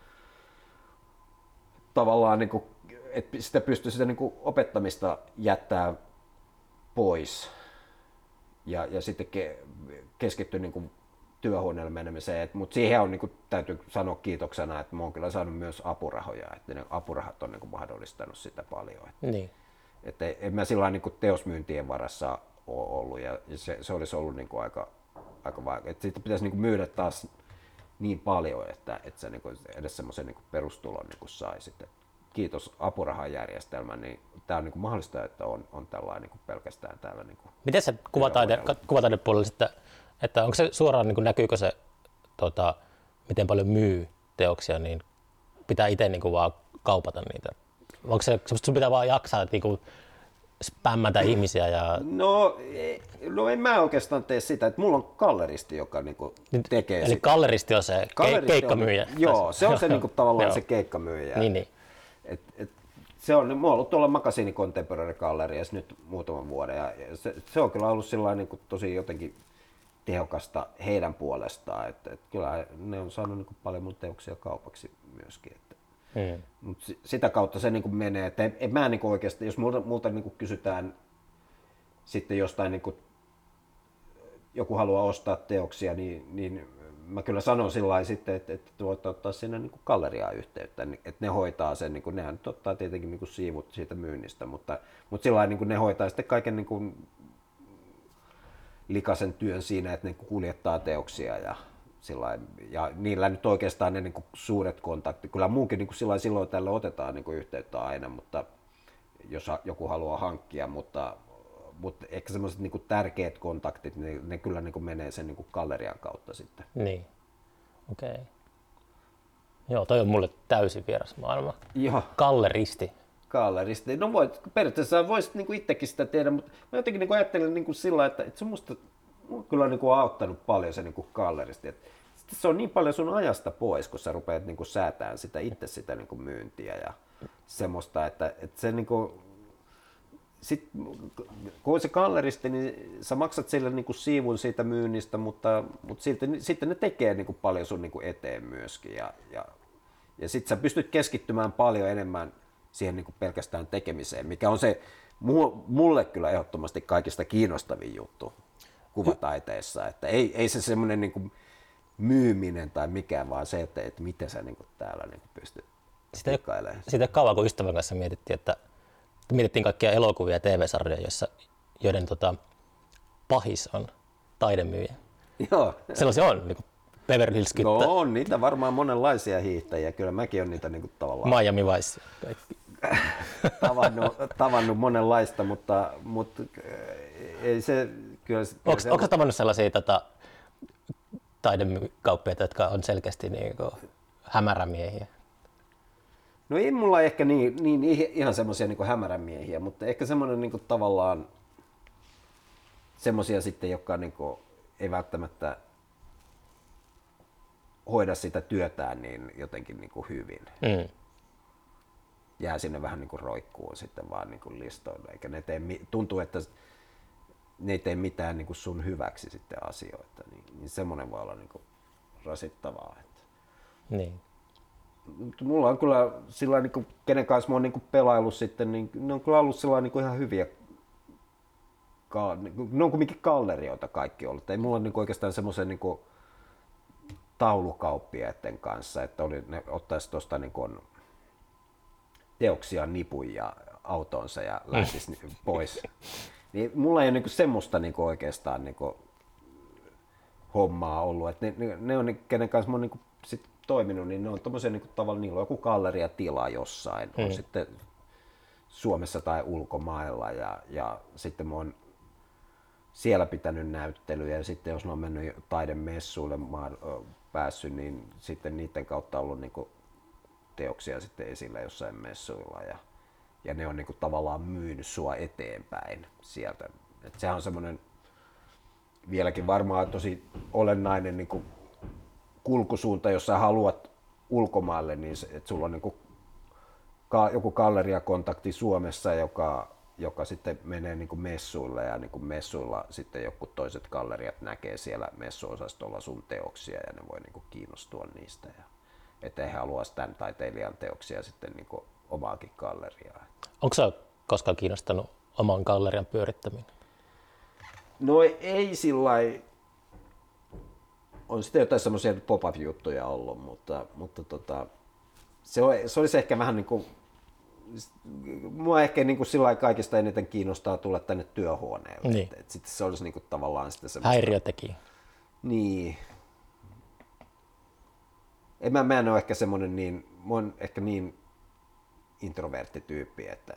tavallaan, niin kuin, että sitä pystyi sitä niin kuin opettamista jättää pois ja sitten keskittyä niin kuin työhuoneelle menemiseen. Mutta siihen on, niin kuin, täytyy sanoa kiitoksena, että mä oon kyllä saanut myös apurahoja, että ne apurahat on niin kuin mahdollistanut sitä paljon. Niin. Että en mä sillä niin kuin teosmyyntien varassa ole ollut ja se olisi ollut niin kuin aika vaikea. Että siitä pitäisi niin kuin myydä taas niin paljon, että sä niin kuin edes semmoisen niin kuin perustulon niin kuin saisit. Kiitos apurahajärjestelmän, niin tämä on niin kuin mahdollista, että on tällainen niin kuin pelkästään täällä. Niin kuin miten se kuvataide puolella, että onko se suoraan, niin kuin näkyykö se, miten paljon myy teoksia, niin pitää itse niin kuin vaan kaupata niitä? Onko se semmoista, sun pitää vaan jaksaa, että niin kuin spämmätä ihmisiä? No en mä oikeastaan tee sitä, että mulla on galleristi, joka niinku tekee eli sitä. galleristi on se keikkamyyjä? Joo, se on se niinku tavallaan se keikkamyyjä. Niin. Se on, mä oon ollut tuolla Makasiini Contemporary Galleryassa nyt muutaman vuoden ja se on kyllä ollut sillain niinku tosi jotenkin tehokasta heidän puolestaan, että kyllä ne on saanut niinku paljon mun teoksia kaupaksi myöskin. Mutta sitä kautta se niinku menee, että en mä niinku oikeasti, jos multa niinku kysytään sitten jostain niinku, joku haluaa ostaa teoksia, niin mä kyllä sanon sillä lailla sitten, että voit ottaa sinne niinku galleriaan yhteyttä, että ne hoitaa sen, niinku, nehän nyt ottaa tietenkin niinku siivut siitä myynnistä, mutta sillä lailla niinku ne hoitaa sitten kaiken niinku likaisen työn siinä, että ne kuljettaa teoksia ja niillä nyt oikeastaan ne niinku suuret kontaktit. Kyllä muukin niinku silloin tällä otetaan niinku yhteyttä aina, mutta jos joku haluaa hankkia, mutta ehkä semmoiset niinku tärkeät kontaktit, ne kyllä niinku menee sen niinku gallerian kautta sitten. Niin, okei. Okay. Joo, toi on mulle täysin vieras maailma. Joo. Galleristi. No periaatteessa voisit niinku itsekin sitä tehdä, mutta mä jotenkin niinku ajattelen niinku sillä, että se musta kyllä on niinku auttanut paljon se niinku galleristi. Se on niin paljon sun ajasta pois, kun sä rupeat niinku säätämään sitä itse sitä niinku myyntiä ja semmoista, että se niinku, sit, kun on se galleristi, niin sä maksat sille niinku siivun siitä myynnistä, mutta sitten ne tekee niinku paljon sun niinku eteen myöskin ja sit sä pystyt keskittymään paljon enemmän siihen niinku pelkästään tekemiseen, mikä on se mulle kyllä ehdottomasti kaikista kiinnostavin juttu kuvataiteessa, että ei se semmoinen niinku myyminen tai mikään, vaan se, että miten sä niinku täällä niinku pystyt dikkailemaan. Siitä kauan, kun ystävän kanssa mietittiin kaikkia elokuvia ja TV-sarjoja, joiden pahis on taidemyyjä. Joo. Sellaisia on, niin kuin Beverly Hills Cop. No on niitä varmaan monenlaisia hiihtäjiä, kyllä mäkin olen niitä niinku tavallaan Miami Vice. tavannut monenlaista, mutta ei se kyllä. Onko tavannut sellaisia taidekauppiaita, jotka on selkeästi niinku hämärämiehiä? No ei mulla ehkä niin ihan semmoisia niinku hämärämiehiä, mutta ehkä semmoinen niinku tavallaan semmoisia sitten, jotka niinku ei välttämättä hoida sitä työtään niin jotenkin niinku hyvin. Jää sinne vähän niinku roikkuun sitten vaan niinku listoille, eikä ne tuntuu, että ne ei tee mitään niinku sun hyväksi sitten asioita, niin semmoinen voi olla niinku rasittavaa. Niin. Mulla on kyllä sillä niinku, kenen kanssa mä oon niinku pelaillut sitten, niin ne on kyllä ollut sillä niinku ihan hyviä, ne on kumminkin gallerioita kaikki ollut, ei mulla ole niinku oikeastaan semmoisen niinku taulukauppiaiden kanssa, että ne ottaisi tuosta niinku teoksia nipun ja autonsa ja lähtisi pois. Niin mulla ei ole niinku semmoista niinku oikeastaan niinku hommaa ollut, että ne on kenen kanssa mä oon niinku sit toiminut, niin ne on tommosia niinku tavallaan, niillä on joku galleriatila jossain, on sitten Suomessa tai ulkomailla ja sitten mä oon siellä pitänyt näyttelyjä ja sitten jos ne on mennyt taidemessuille, mä oon päässyt, niin sitten niiden kautta ollut niinku teoksia sitten esillä jossain messuilla ja ne on niin kuin tavallaan myynyt sua eteenpäin sieltä. Et sehän on semmoinen vieläkin varmaan tosi olennainen niin kuin kulkusuunta, jos sä haluat ulkomaille, niin että sulla on niin kuin joku galleriakontakti Suomessa, joka sitten menee niin kuin messuille ja niin kuin messuilla sitten joku toiset galleriat näkee siellä messuosastolla sun teoksia ja ne voi niin kuin kiinnostua niistä. Ja, että he halua tämän taiteilijan teoksia sitten niin kuin omaakin galleriaa. Onko sä koskaan kiinnostanut oman gallerian pyörittäminen? No ei sillai. On sitten jotain semmoisia pop-up-juttuja ollut, mutta se olisi ehkä vähän niin kuin, mua ehkä niin kuin sillai kaikista eniten kiinnostaa tulla tänne työhuoneelle. Niin. Et sitten se olisi niin kuin tavallaan sitten semmoista. Häiriötekijä. Niin. Mä en ole ehkä semmoinen mä oon ehkä niin introvertti tyyppi, että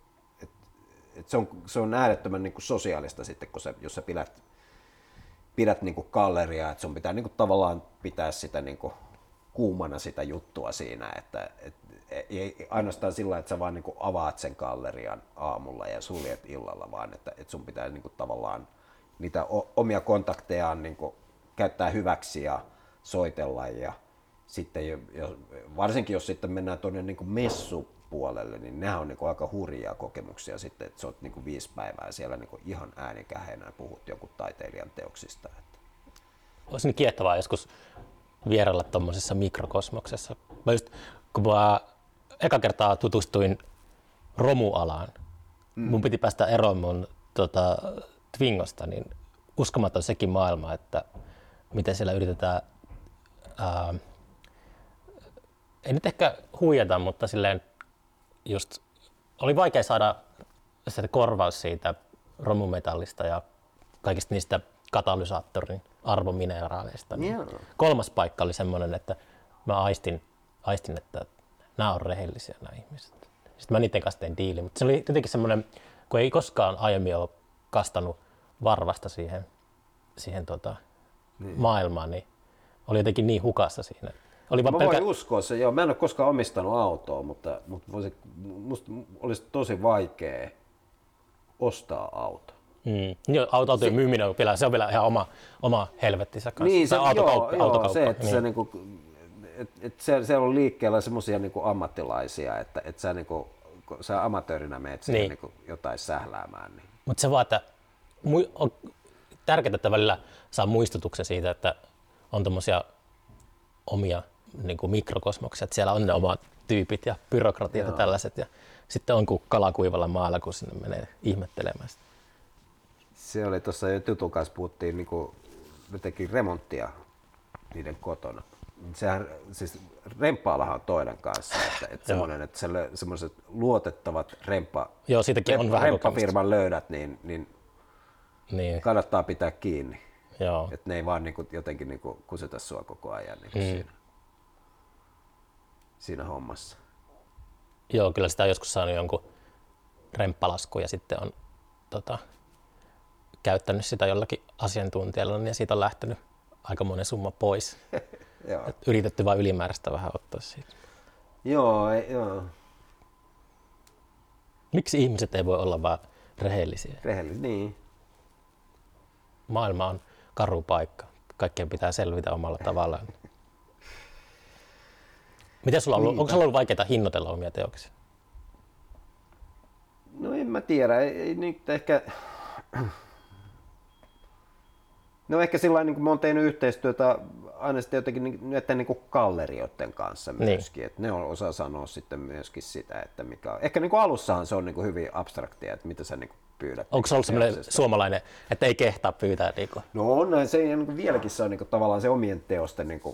se on äärettömän niin kuin sosiaalista sitten, jos sä pidät niin kuin galleriaa, että sun pitää niin kuin tavallaan pitää sitä niin kuin kuumana sitä juttua siinä, että ei ainoastaan sillä, että sä vaan niin kuin avaat sen gallerian aamulla ja suljet illalla, vaan että sun pitää niin kuin tavallaan niitä omia kontaktejaan niin kuin käyttää hyväksi ja soitella ja sitten varsinkin jos sitten mennään tuonne niin kuin messupuolelle, niin nehän on niin kuin aika hurjia kokemuksia sitten, että sä oot niin kuin 5 päivää siellä niin kuin ihan äänikäheenä ja puhut jonkun taiteilijan teoksista. Olisi niin kiehtovaa joskus vierailla tuommoisessa mikrokosmoksessa. Mä just, kun mä eka kertaa tutustuin romualaan, mun piti päästä eroon mun Twingosta, niin uskomaton sekin maailma, että miten siellä yritetään, ei nyt ehkä huijata, mutta silleen just oli vaikea saada sitä korvaus siitä romumetallista ja kaikista niistä katalysaattorin arvomineraaleista. Niin kolmas paikka oli semmoinen, että mä aistin, että nämä on rehellisiä nämä ihmiset. Sitten mä niiden kanssa tein diili, mutta se oli jotenkin semmoinen, kun ei koskaan aiemmin ole kastanut varvasta siihen maailmaan, niin oli jotenkin niin hukassa siinä. Mä voin uskoa se, joo. Mä en ole koskaan omistanut autoa, mutta musta olisi tosi vaikea ostaa auto. Joo, autojen myyminen on vielä ihan oma helvettinsä kanssa. Niin, autokauppa. Se, että niin. se, niinku, siellä on liikkeellä semmoisia niinku ammattilaisia, että sä, niinku, sä amatöörinä meet siihen niin. niinku jotain sähläämään. Niin. Mutta se vaan, että on tärkeää, että välillä saa muistutuksen siitä, että on tommosia omia niinku mikrokosmoksia, että siellä on ne omat tyypit ja byrokratiat ja tällaiset. Ja sitten on kuin kalakuivalla maalla, kun sinne menee ihmettelemään sitä. Se oli tuossa jo Tutun kanssa puhuttiin, niinku, me teki remonttia niiden kotona. Sehän, siis remppaalahan on toinen kanssa, että semmoiset luotettavat remppafirman löydät, niin kannattaa pitää kiinni. Joo. Että ne ei vaan niinku, jotenkin niinku, kuseta sua koko ajan niinku siinä hommassa. Joo, kyllä sitä on joskus saanut jonkun remppalaskun ja sitten on käyttänyt sitä jollakin asiantuntijalla, niin siitä on lähtenyt aika monen summa pois. Yritetty vain ylimääräistä vähän ottaa siitä. Joo. Miksi ihmiset ei voi olla vaan rehellisiä? Niin. Maailma on karu paikka. Kaikkien pitää selvitä omalla tavallaan. Miten sulla on ollut, onko sulla ollut vaikeaa hinnoitella omia teoksia? No en mä tiedä. Ei nyt ehkä... No ehkä sillä niin kuin mä oon tehnyt yhteistyötä aina sitten jotenkin näiden niin gallerioiden kanssa myöskin, että ne osaa sanoa sitten myöskin sitä, että mikä on. Ehkä niin kuin alussahan se on niin kuin hyvin abstraktia, että mitä sä niin kuin pyydät. Onko se ollut sellainen suomalainen, että ei kehtaa pyytää? Niin kuin? No on, se niin kuin vieläkin se on niin kuin tavallaan se omien teosten niin kuin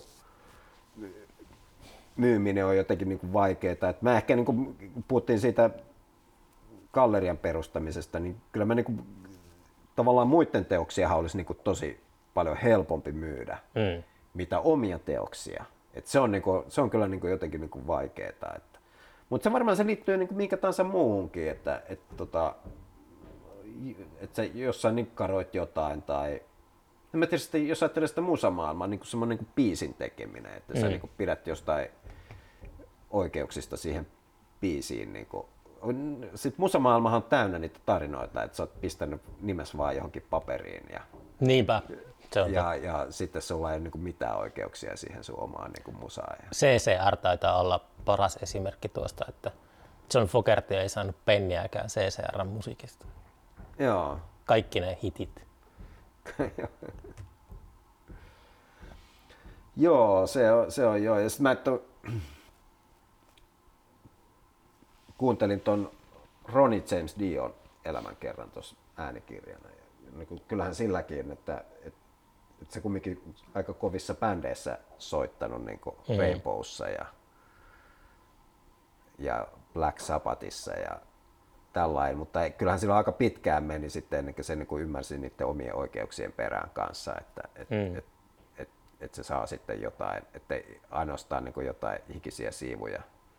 myyminen on jotenkin niin kuin vaikeaa. Että mä ehkä niin kuin puhuttiin siitä gallerian perustamisesta, niin kyllä mä niin kuin tavallaan muiden teoksiahan olisi niin kuin tosi paljon helpompi myydä, mitä omia teoksia. Et se on kyllä niin kuin jotenkin niin kuin vaikeaa. Mutta se varmaan se liittyy niin kuin minkä tahansa muuhunkin, että sä jossain nikkaroit jotain tai en mä tiedä, sitten, jos ajattelee sitä musamaailmaa, niin kuin semmoinen niin kuin biisin tekeminen, että sä niin kuin pidät jostain oikeuksista siihen biisiin. Niin sitten musamaailmahan on täynnä niitä tarinoita, että sä oot pistänyt nimes vaan johonkin paperiin. Niinpä. Se on ja sitten sulla ei ole niin mitään oikeuksia siihen sun omaan niin musaan. CCR taitaa olla paras esimerkki tuosta, että John Fogerty ei saanut penniäkään CCR:n musiikista. Joo. Kaikki ne hitit. Joo, se on joo. Ja sitten mä kuuntelin ton Ronnie James Dion elämänkerran tuossa äänikirjana. Ja niin kyllähän silläkin, että se kumminkin aika kovissa bändeissä soittanut niin kuin Rainbowssa ja Black Sabbathissa ja tällainen, mutta kyllähän sillä aika pitkään meni sitten ennen kuin se niin kuin ymmärsi niiden omien oikeuksien perään kanssa, että se saa sitten jotain, ettei ainoastaan niin kuin jotain hikisiä siivuja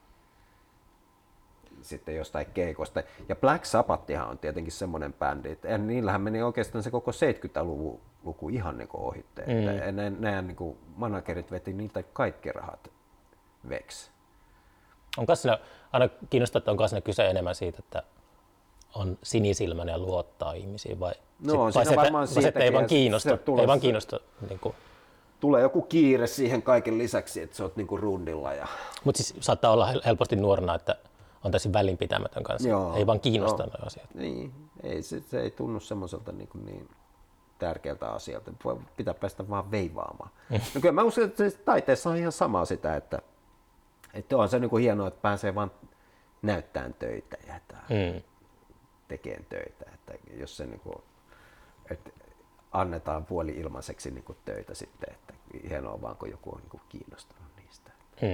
sitten jostain keikosta. Ja Black Sabbathihan on tietenkin semmoinen bändi, että niillähän meni oikeastaan se koko 70-luku ihan niin kuin ohitte. Nämä niin kuin managerit veti niitä kaikki rahat veksi. Onko siinä, aina kiinnostaa, että onko siinä kyse enemmän siitä, että on sinisilmäinen ja luottaa ihmisiin vai, no, vai se, että ei vaan kiinnosta? Ei vaan kiinnosta niin kuin... Tulee joku kiire siihen kaiken lisäksi, että sä oot niin kuin rundilla. Mutta siis saattaa olla helposti nuorena, että on täysin välinpitämätön kanssa. Joo, ei vaan kiinnosta nuo asiat. Niin, ei, se ei tunnu semmoiselta niin tärkeältä asialta. Pitää päästä vaan veivaamaan. No kyllä mä uskon, että taiteessa on ihan sama sitä, että on se niin kuin hienoa, että pääsee vaan näyttämään töitä ja tekemään töitä. Että jos se niin kuin, että annetaan puoli ilmaiseksi niin kuin töitä sitten, että hienoa vaan kun joku on niin kuin kiinnostunut niistä.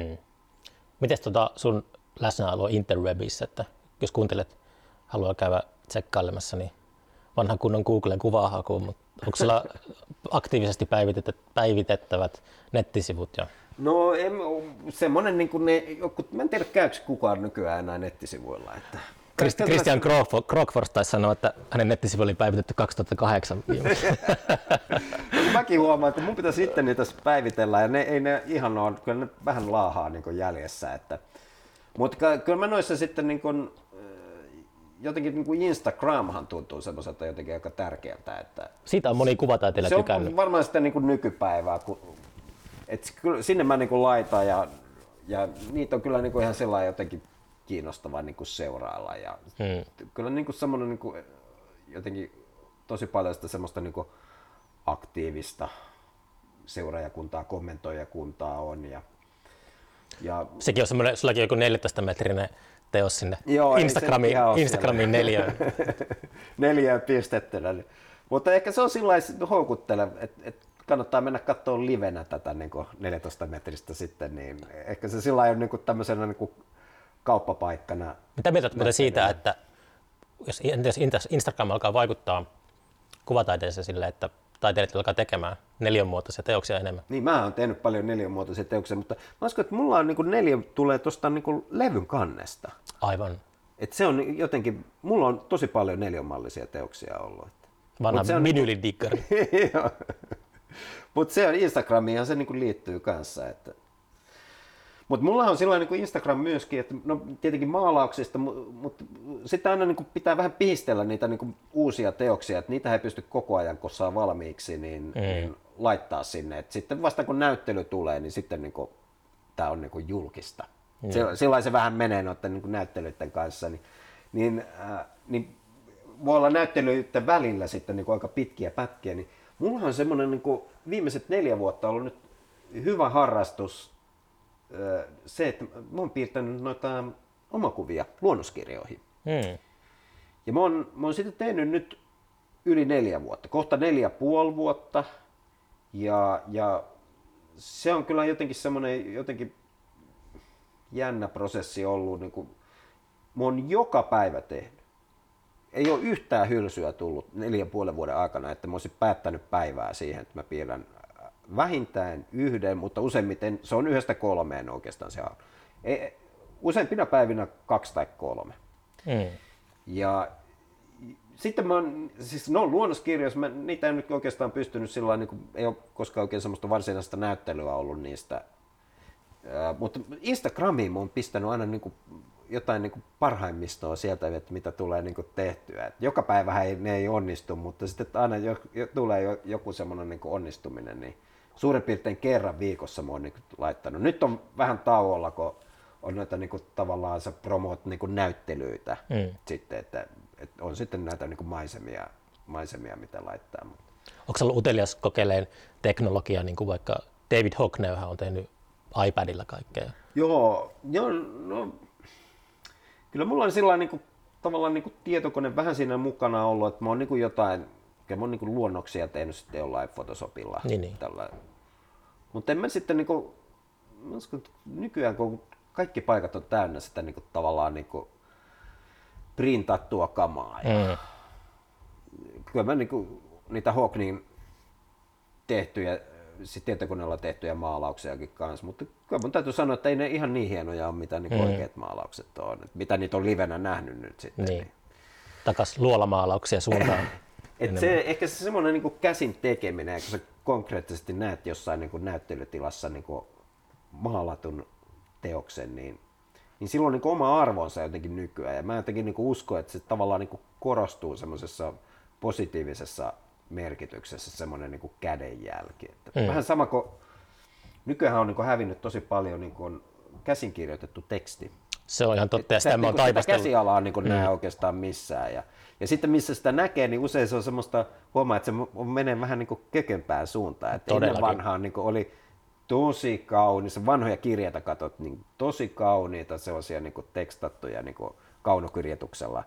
Mites sun läsnäolo interwebissä, että jos kuuntelet, haluaa käydä tsekkailemassa, niin vanhan kunnon Googlen kuvahakuun, mutta onko sulla aktiivisesti päivitettävät nettisivut? Ja... No semmoinen, niin kuin mä en tiedä käykö kukaan nykyään enää nettisivuilla. Että... Christian Krokfors taisi sanoa, että hänen nettisivu oli päivitetty 2008 Mäkin huomaan, että mun pitäisi sitten niitä päivitellä ja ei ne ihan ole, kyllä ne vähän laahaa niin jäljessä. Mutta kyllä mä noissa sitten niin kuin, jotenkin niin kuin Instagramhan tuntuu semmoiselta jotenkin aika tärkeältä. Että siitä on moni kuvataiteilija tykännyt. Se on varmaan sitä niin kuin nykypäivää, että sinne mä niin kuin laitan ja niitä on kyllä niin kuin ihan sellainen jotenkin kiinnostava niin kuin seurailla. Ja kyllä niin kuin semmoinen niin kuin, jotenkin tosi paljon sitä semmoista niin kuin aktiivista seuraajakuntaa, kommentoijakuntaa on. Ja sekin on semmoinen, sullakin joku 14-metrinen teos sinne Instagramiin 4. 4 pistettynä. Mutta ehkä se on sellainen houkutteleva, että kannattaa mennä katsoa livenä tätä niin 14 metristä sitten, niin ehkä se sillä on niin tämmöisenä niin kauppapaikkana. Mitä mieltä olet siitä, että jos Instagram alkaa vaikuttaa kuvataiteeseen sille, että taiteilijat alkaa tekemään neliönmuotoisia teoksia enemmän? Niin, mä oon tehnyt paljon neliönmuotoisia teoksia, mutta mä uskon, että mulla on niin neliö tulee tuosta niin levyn kannesta. Aivan. Et se on jotenkin, mulla on tosi paljon neliönmallisia teoksia ollut. Vanha vinylidikkari. Mutta se on Instagramiin se niin liittyy kanssa. Mutta mulla on silloin niin Instagram myöskin, että no tietenkin maalauksista, mutta sitten aina niin pitää vähän pihistellä niitä niin uusia teoksia, että niitä ei pysty koko ajan, kun saa valmiiksi, niin laittaa sinne. Et sitten vasta kun näyttely tulee, niin sitten niin tämä on niin julkista. Silloin se vähän menee noiden niin näyttelyiden kanssa. Niin voi olla näyttelyiden välillä sitten niin aika pitkiä pätkiä. Niin mulla on semmoinen niin viimeiset 4 vuotta ollut nyt hyvä harrastus. Se, että mä oon piirtänyt noita omakuvia luonnoskirjoihin. Ja mä oon sitten tehnyt nyt yli 4 vuotta, kohta 4,5 vuotta. Ja se on kyllä jotenkin semmoinen jotenkin jännä prosessi ollut. Niin kuin, mä oon joka päivä tehnyt. Ei ole yhtään hylsyä tullut 4,5 vuoden aikana, että mä olisin päättänyt päivää siihen, että mä piirrän vähintään 1, mutta useimmiten se on 1-3 oikeastaan se on. Useimpina päivinä 2 tai 3. Ja sitten mä oon, siis ne on luonnoskirjoissa, niitä en nyt oikeastaan pystynyt sillä niin ei ole koskaan oikein semmoista varsinaista näyttelyä ollut niistä Mutta Instagramiin mä oon pistänyt aina niinku jotain niinku parhaimmistoa sieltä, että mitä tulee niinku tehtyä. Et joka päivä ne ei onnistu, mutta sitten aina tulee joku semmoinen niinku onnistuminen, niin suurin piirtein kerran viikossa mä oon niinku laittanut. Nyt on vähän tauolla, kun on noita niinku tavallaan se promoot niinku näyttelyitä sitten, että on sitten näitä niinku maisemia, mitä laittaa. Onko se ollut utelias kokeilemaan teknologiaa, niin kuin vaikka David Hockneyhän on tehnyt iPadilla kaikkea? Joo, no, kyllä mulla on sillä niinku, tavallaan niinku tietokone vähän siinä mukana ollut, että mä oon niinku jotain, mä oon niinku luonnoksia tehnyt sitten jollain Photoshopilla. Niin. Mutta en mä sitten niinku, mä uskon, että nykyään kun kaikki paikat on täynnä sitä niinku, tavallaan niinku printattua kamaa. Ja kyllä mä niinku, niitä Hockneyn tehtyjä, sit tietokoneella tehtyjä maalauksiakin kanssa, mutta kyllä mun täytyy sanoa, että ei ne ihan niin hienoja ole, mitä niin oikeat maalaukset on, mitä niitä on livenä nähnyt nyt sitten. Niin. Takas luolamaalauksia suuntaan. Ehkä se semmoinen niin käsin tekeminen, kun sä konkreettisesti näet jossain niin näyttelytilassa niin maalatun teoksen, niin sillä on niin oma arvonsa jotenkin nykyään. Ja mä jotenkin niin uskon, että se tavallaan niin korostuu semmoisessa positiivisessa merkityksessä semmoinen niin kädenjälki. Vähän sama kuin nykyään on niin hävinnyt tosi paljon niin käsinkirjoitettu teksti. Se on ihan totta, ja sitä mä oon taivastellut. Sitä käsialaa niin näe oikeastaan missään. Ja sitten missä sitä näkee, niin usein se on semmoista, huomaa, että se menee vähän niin kökempään suuntaan. Että ennen vanhaan niin oli tosi kaunis, vanhoja kirjeitä katsot, niin tosi kauniita sellaisia niin tekstattuja niin kaunokirjoituksella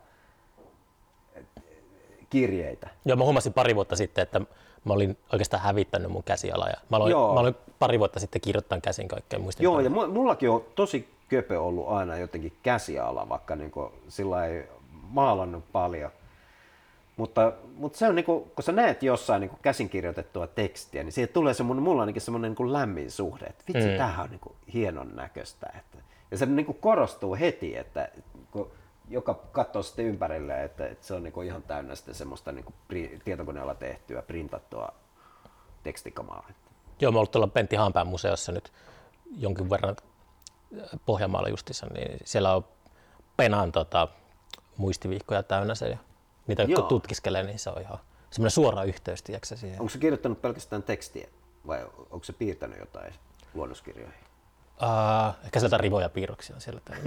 kirjeitä. Joo, mä huomasin pari vuotta sitten, että mä olin oikeastaan hävittänyt mun käsialaa. Ja mä aloin pari vuotta sitten kirjoittaa käsin kaikkea muistinpanoja. Joo, ja mullakin on tosi köpö ollut aina jotenkin käsiala, vaikka niin sillä ei maalannut paljon. Mutta se on, niin kuin, kun sä näet jossain niin käsinkirjoitettua tekstiä, niin siitä tulee mulla ainakin semmoinen niin lämmin suhde, että vitsi, tämähän on niin hienon näköistä. Ja se niin korostuu heti, että kun joka katsoo sitten ympärille, että se on niin ihan täynnä sitten semmoista niin tietokoneella tehtyä, printattua tekstikamaa. Joo, mä oon ollut tuolla Pentti Haanpään museossa nyt jonkin verran Pohjanmaalla justissa, niin siellä on Penan muistivihkoja täynnä se. Ja niitä kun tutkiskelee, niin se on ihan semmoinen suora yhteys, tiedätkö siihen. Onko se kirjoittanut pelkästään tekstiä vai onko se piirtänyt jotain luonnoskirjoihin? Ehkä sieltä rivoja piirroksia siellä täynnä.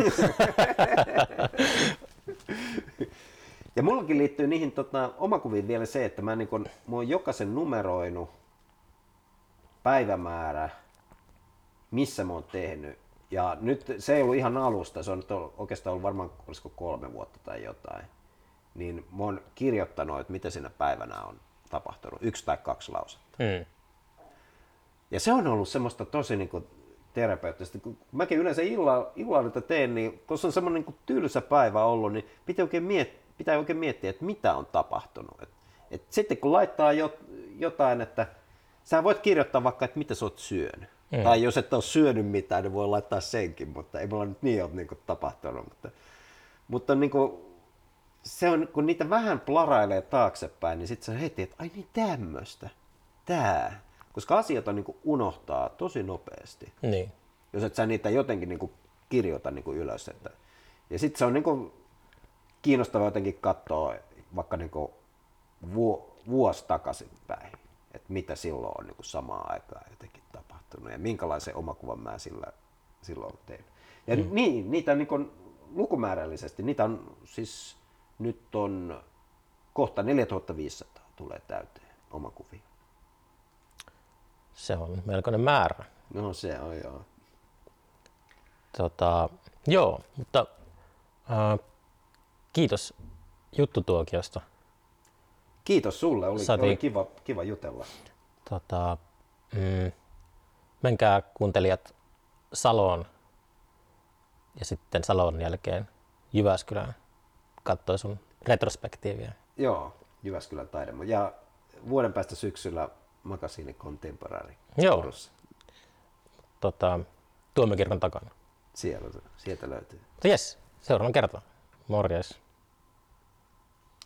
Ja mullakin liittyy niihin omakuviin vielä se, että mä oon jokaisen numeroinut päivämäärä, missä mä oon tehnyt. Ja nyt se ei ollut ihan alusta, se on nyt oikeastaan ollut varmaan 3 vuotta tai jotain. Niin mä oon kirjoittanut, että mitä siinä päivänä on tapahtunut, 1 tai 2 lausetta. Ja se on ollut semmoista tosi niin terapeuttista. Kun mäkin yleensä illalla teen, niin kun se on semmoinen niin tylsä päivä ollut, niin pitää oikein miettiä, että mitä on tapahtunut. Et sitten kun laittaa jotain, että sä voit kirjoittaa vaikka, että mitä sä oot syönyt. Tai jos et ole syönyt mitään, niin voi laittaa senkin, mutta ei mulla nyt niin ole niin tapahtunut. Mutta niin kuin, se on, kun niitä vähän plarailee taaksepäin, niin sitten sä heti, että ai niin tämmöistä, tää. Koska asiat on niin kuin unohtaa tosi nopeasti, niin. Jos et sä niitä jotenkin niin kuin kirjoita niin kuin ylös. Ja sitten se on niin kuin kiinnostavaa jotenkin katsoa vaikka niin kuin vuosi takaisinpäin, että mitä silloin on niin kuin samaan aikaan jotenkin tapahtunut ja minkälaisen omakuvan mä silloin olen tehnyt. Ja niitä niin kuin lukumäärällisesti, niitä on siis nyt on kohta 4500 tulee täyteen omakuvia. Se on melkoinen määrä. No se on joo. Joo, mutta kiitos juttutuokiosta. Kiitos sulle, oli kiva jutella. Menkää kuuntelijat Saloon ja sitten Salon jälkeen Jyväskylään katsoi sun retrospektiiviä. Joo, Jyväskylän taidemo. Ja vuoden päästä syksyllä Makasiini Contemporary. Joo. Tuomiokirkon takana. Sieltä löytyy. Jes, seuraavan kertaan. Morjes.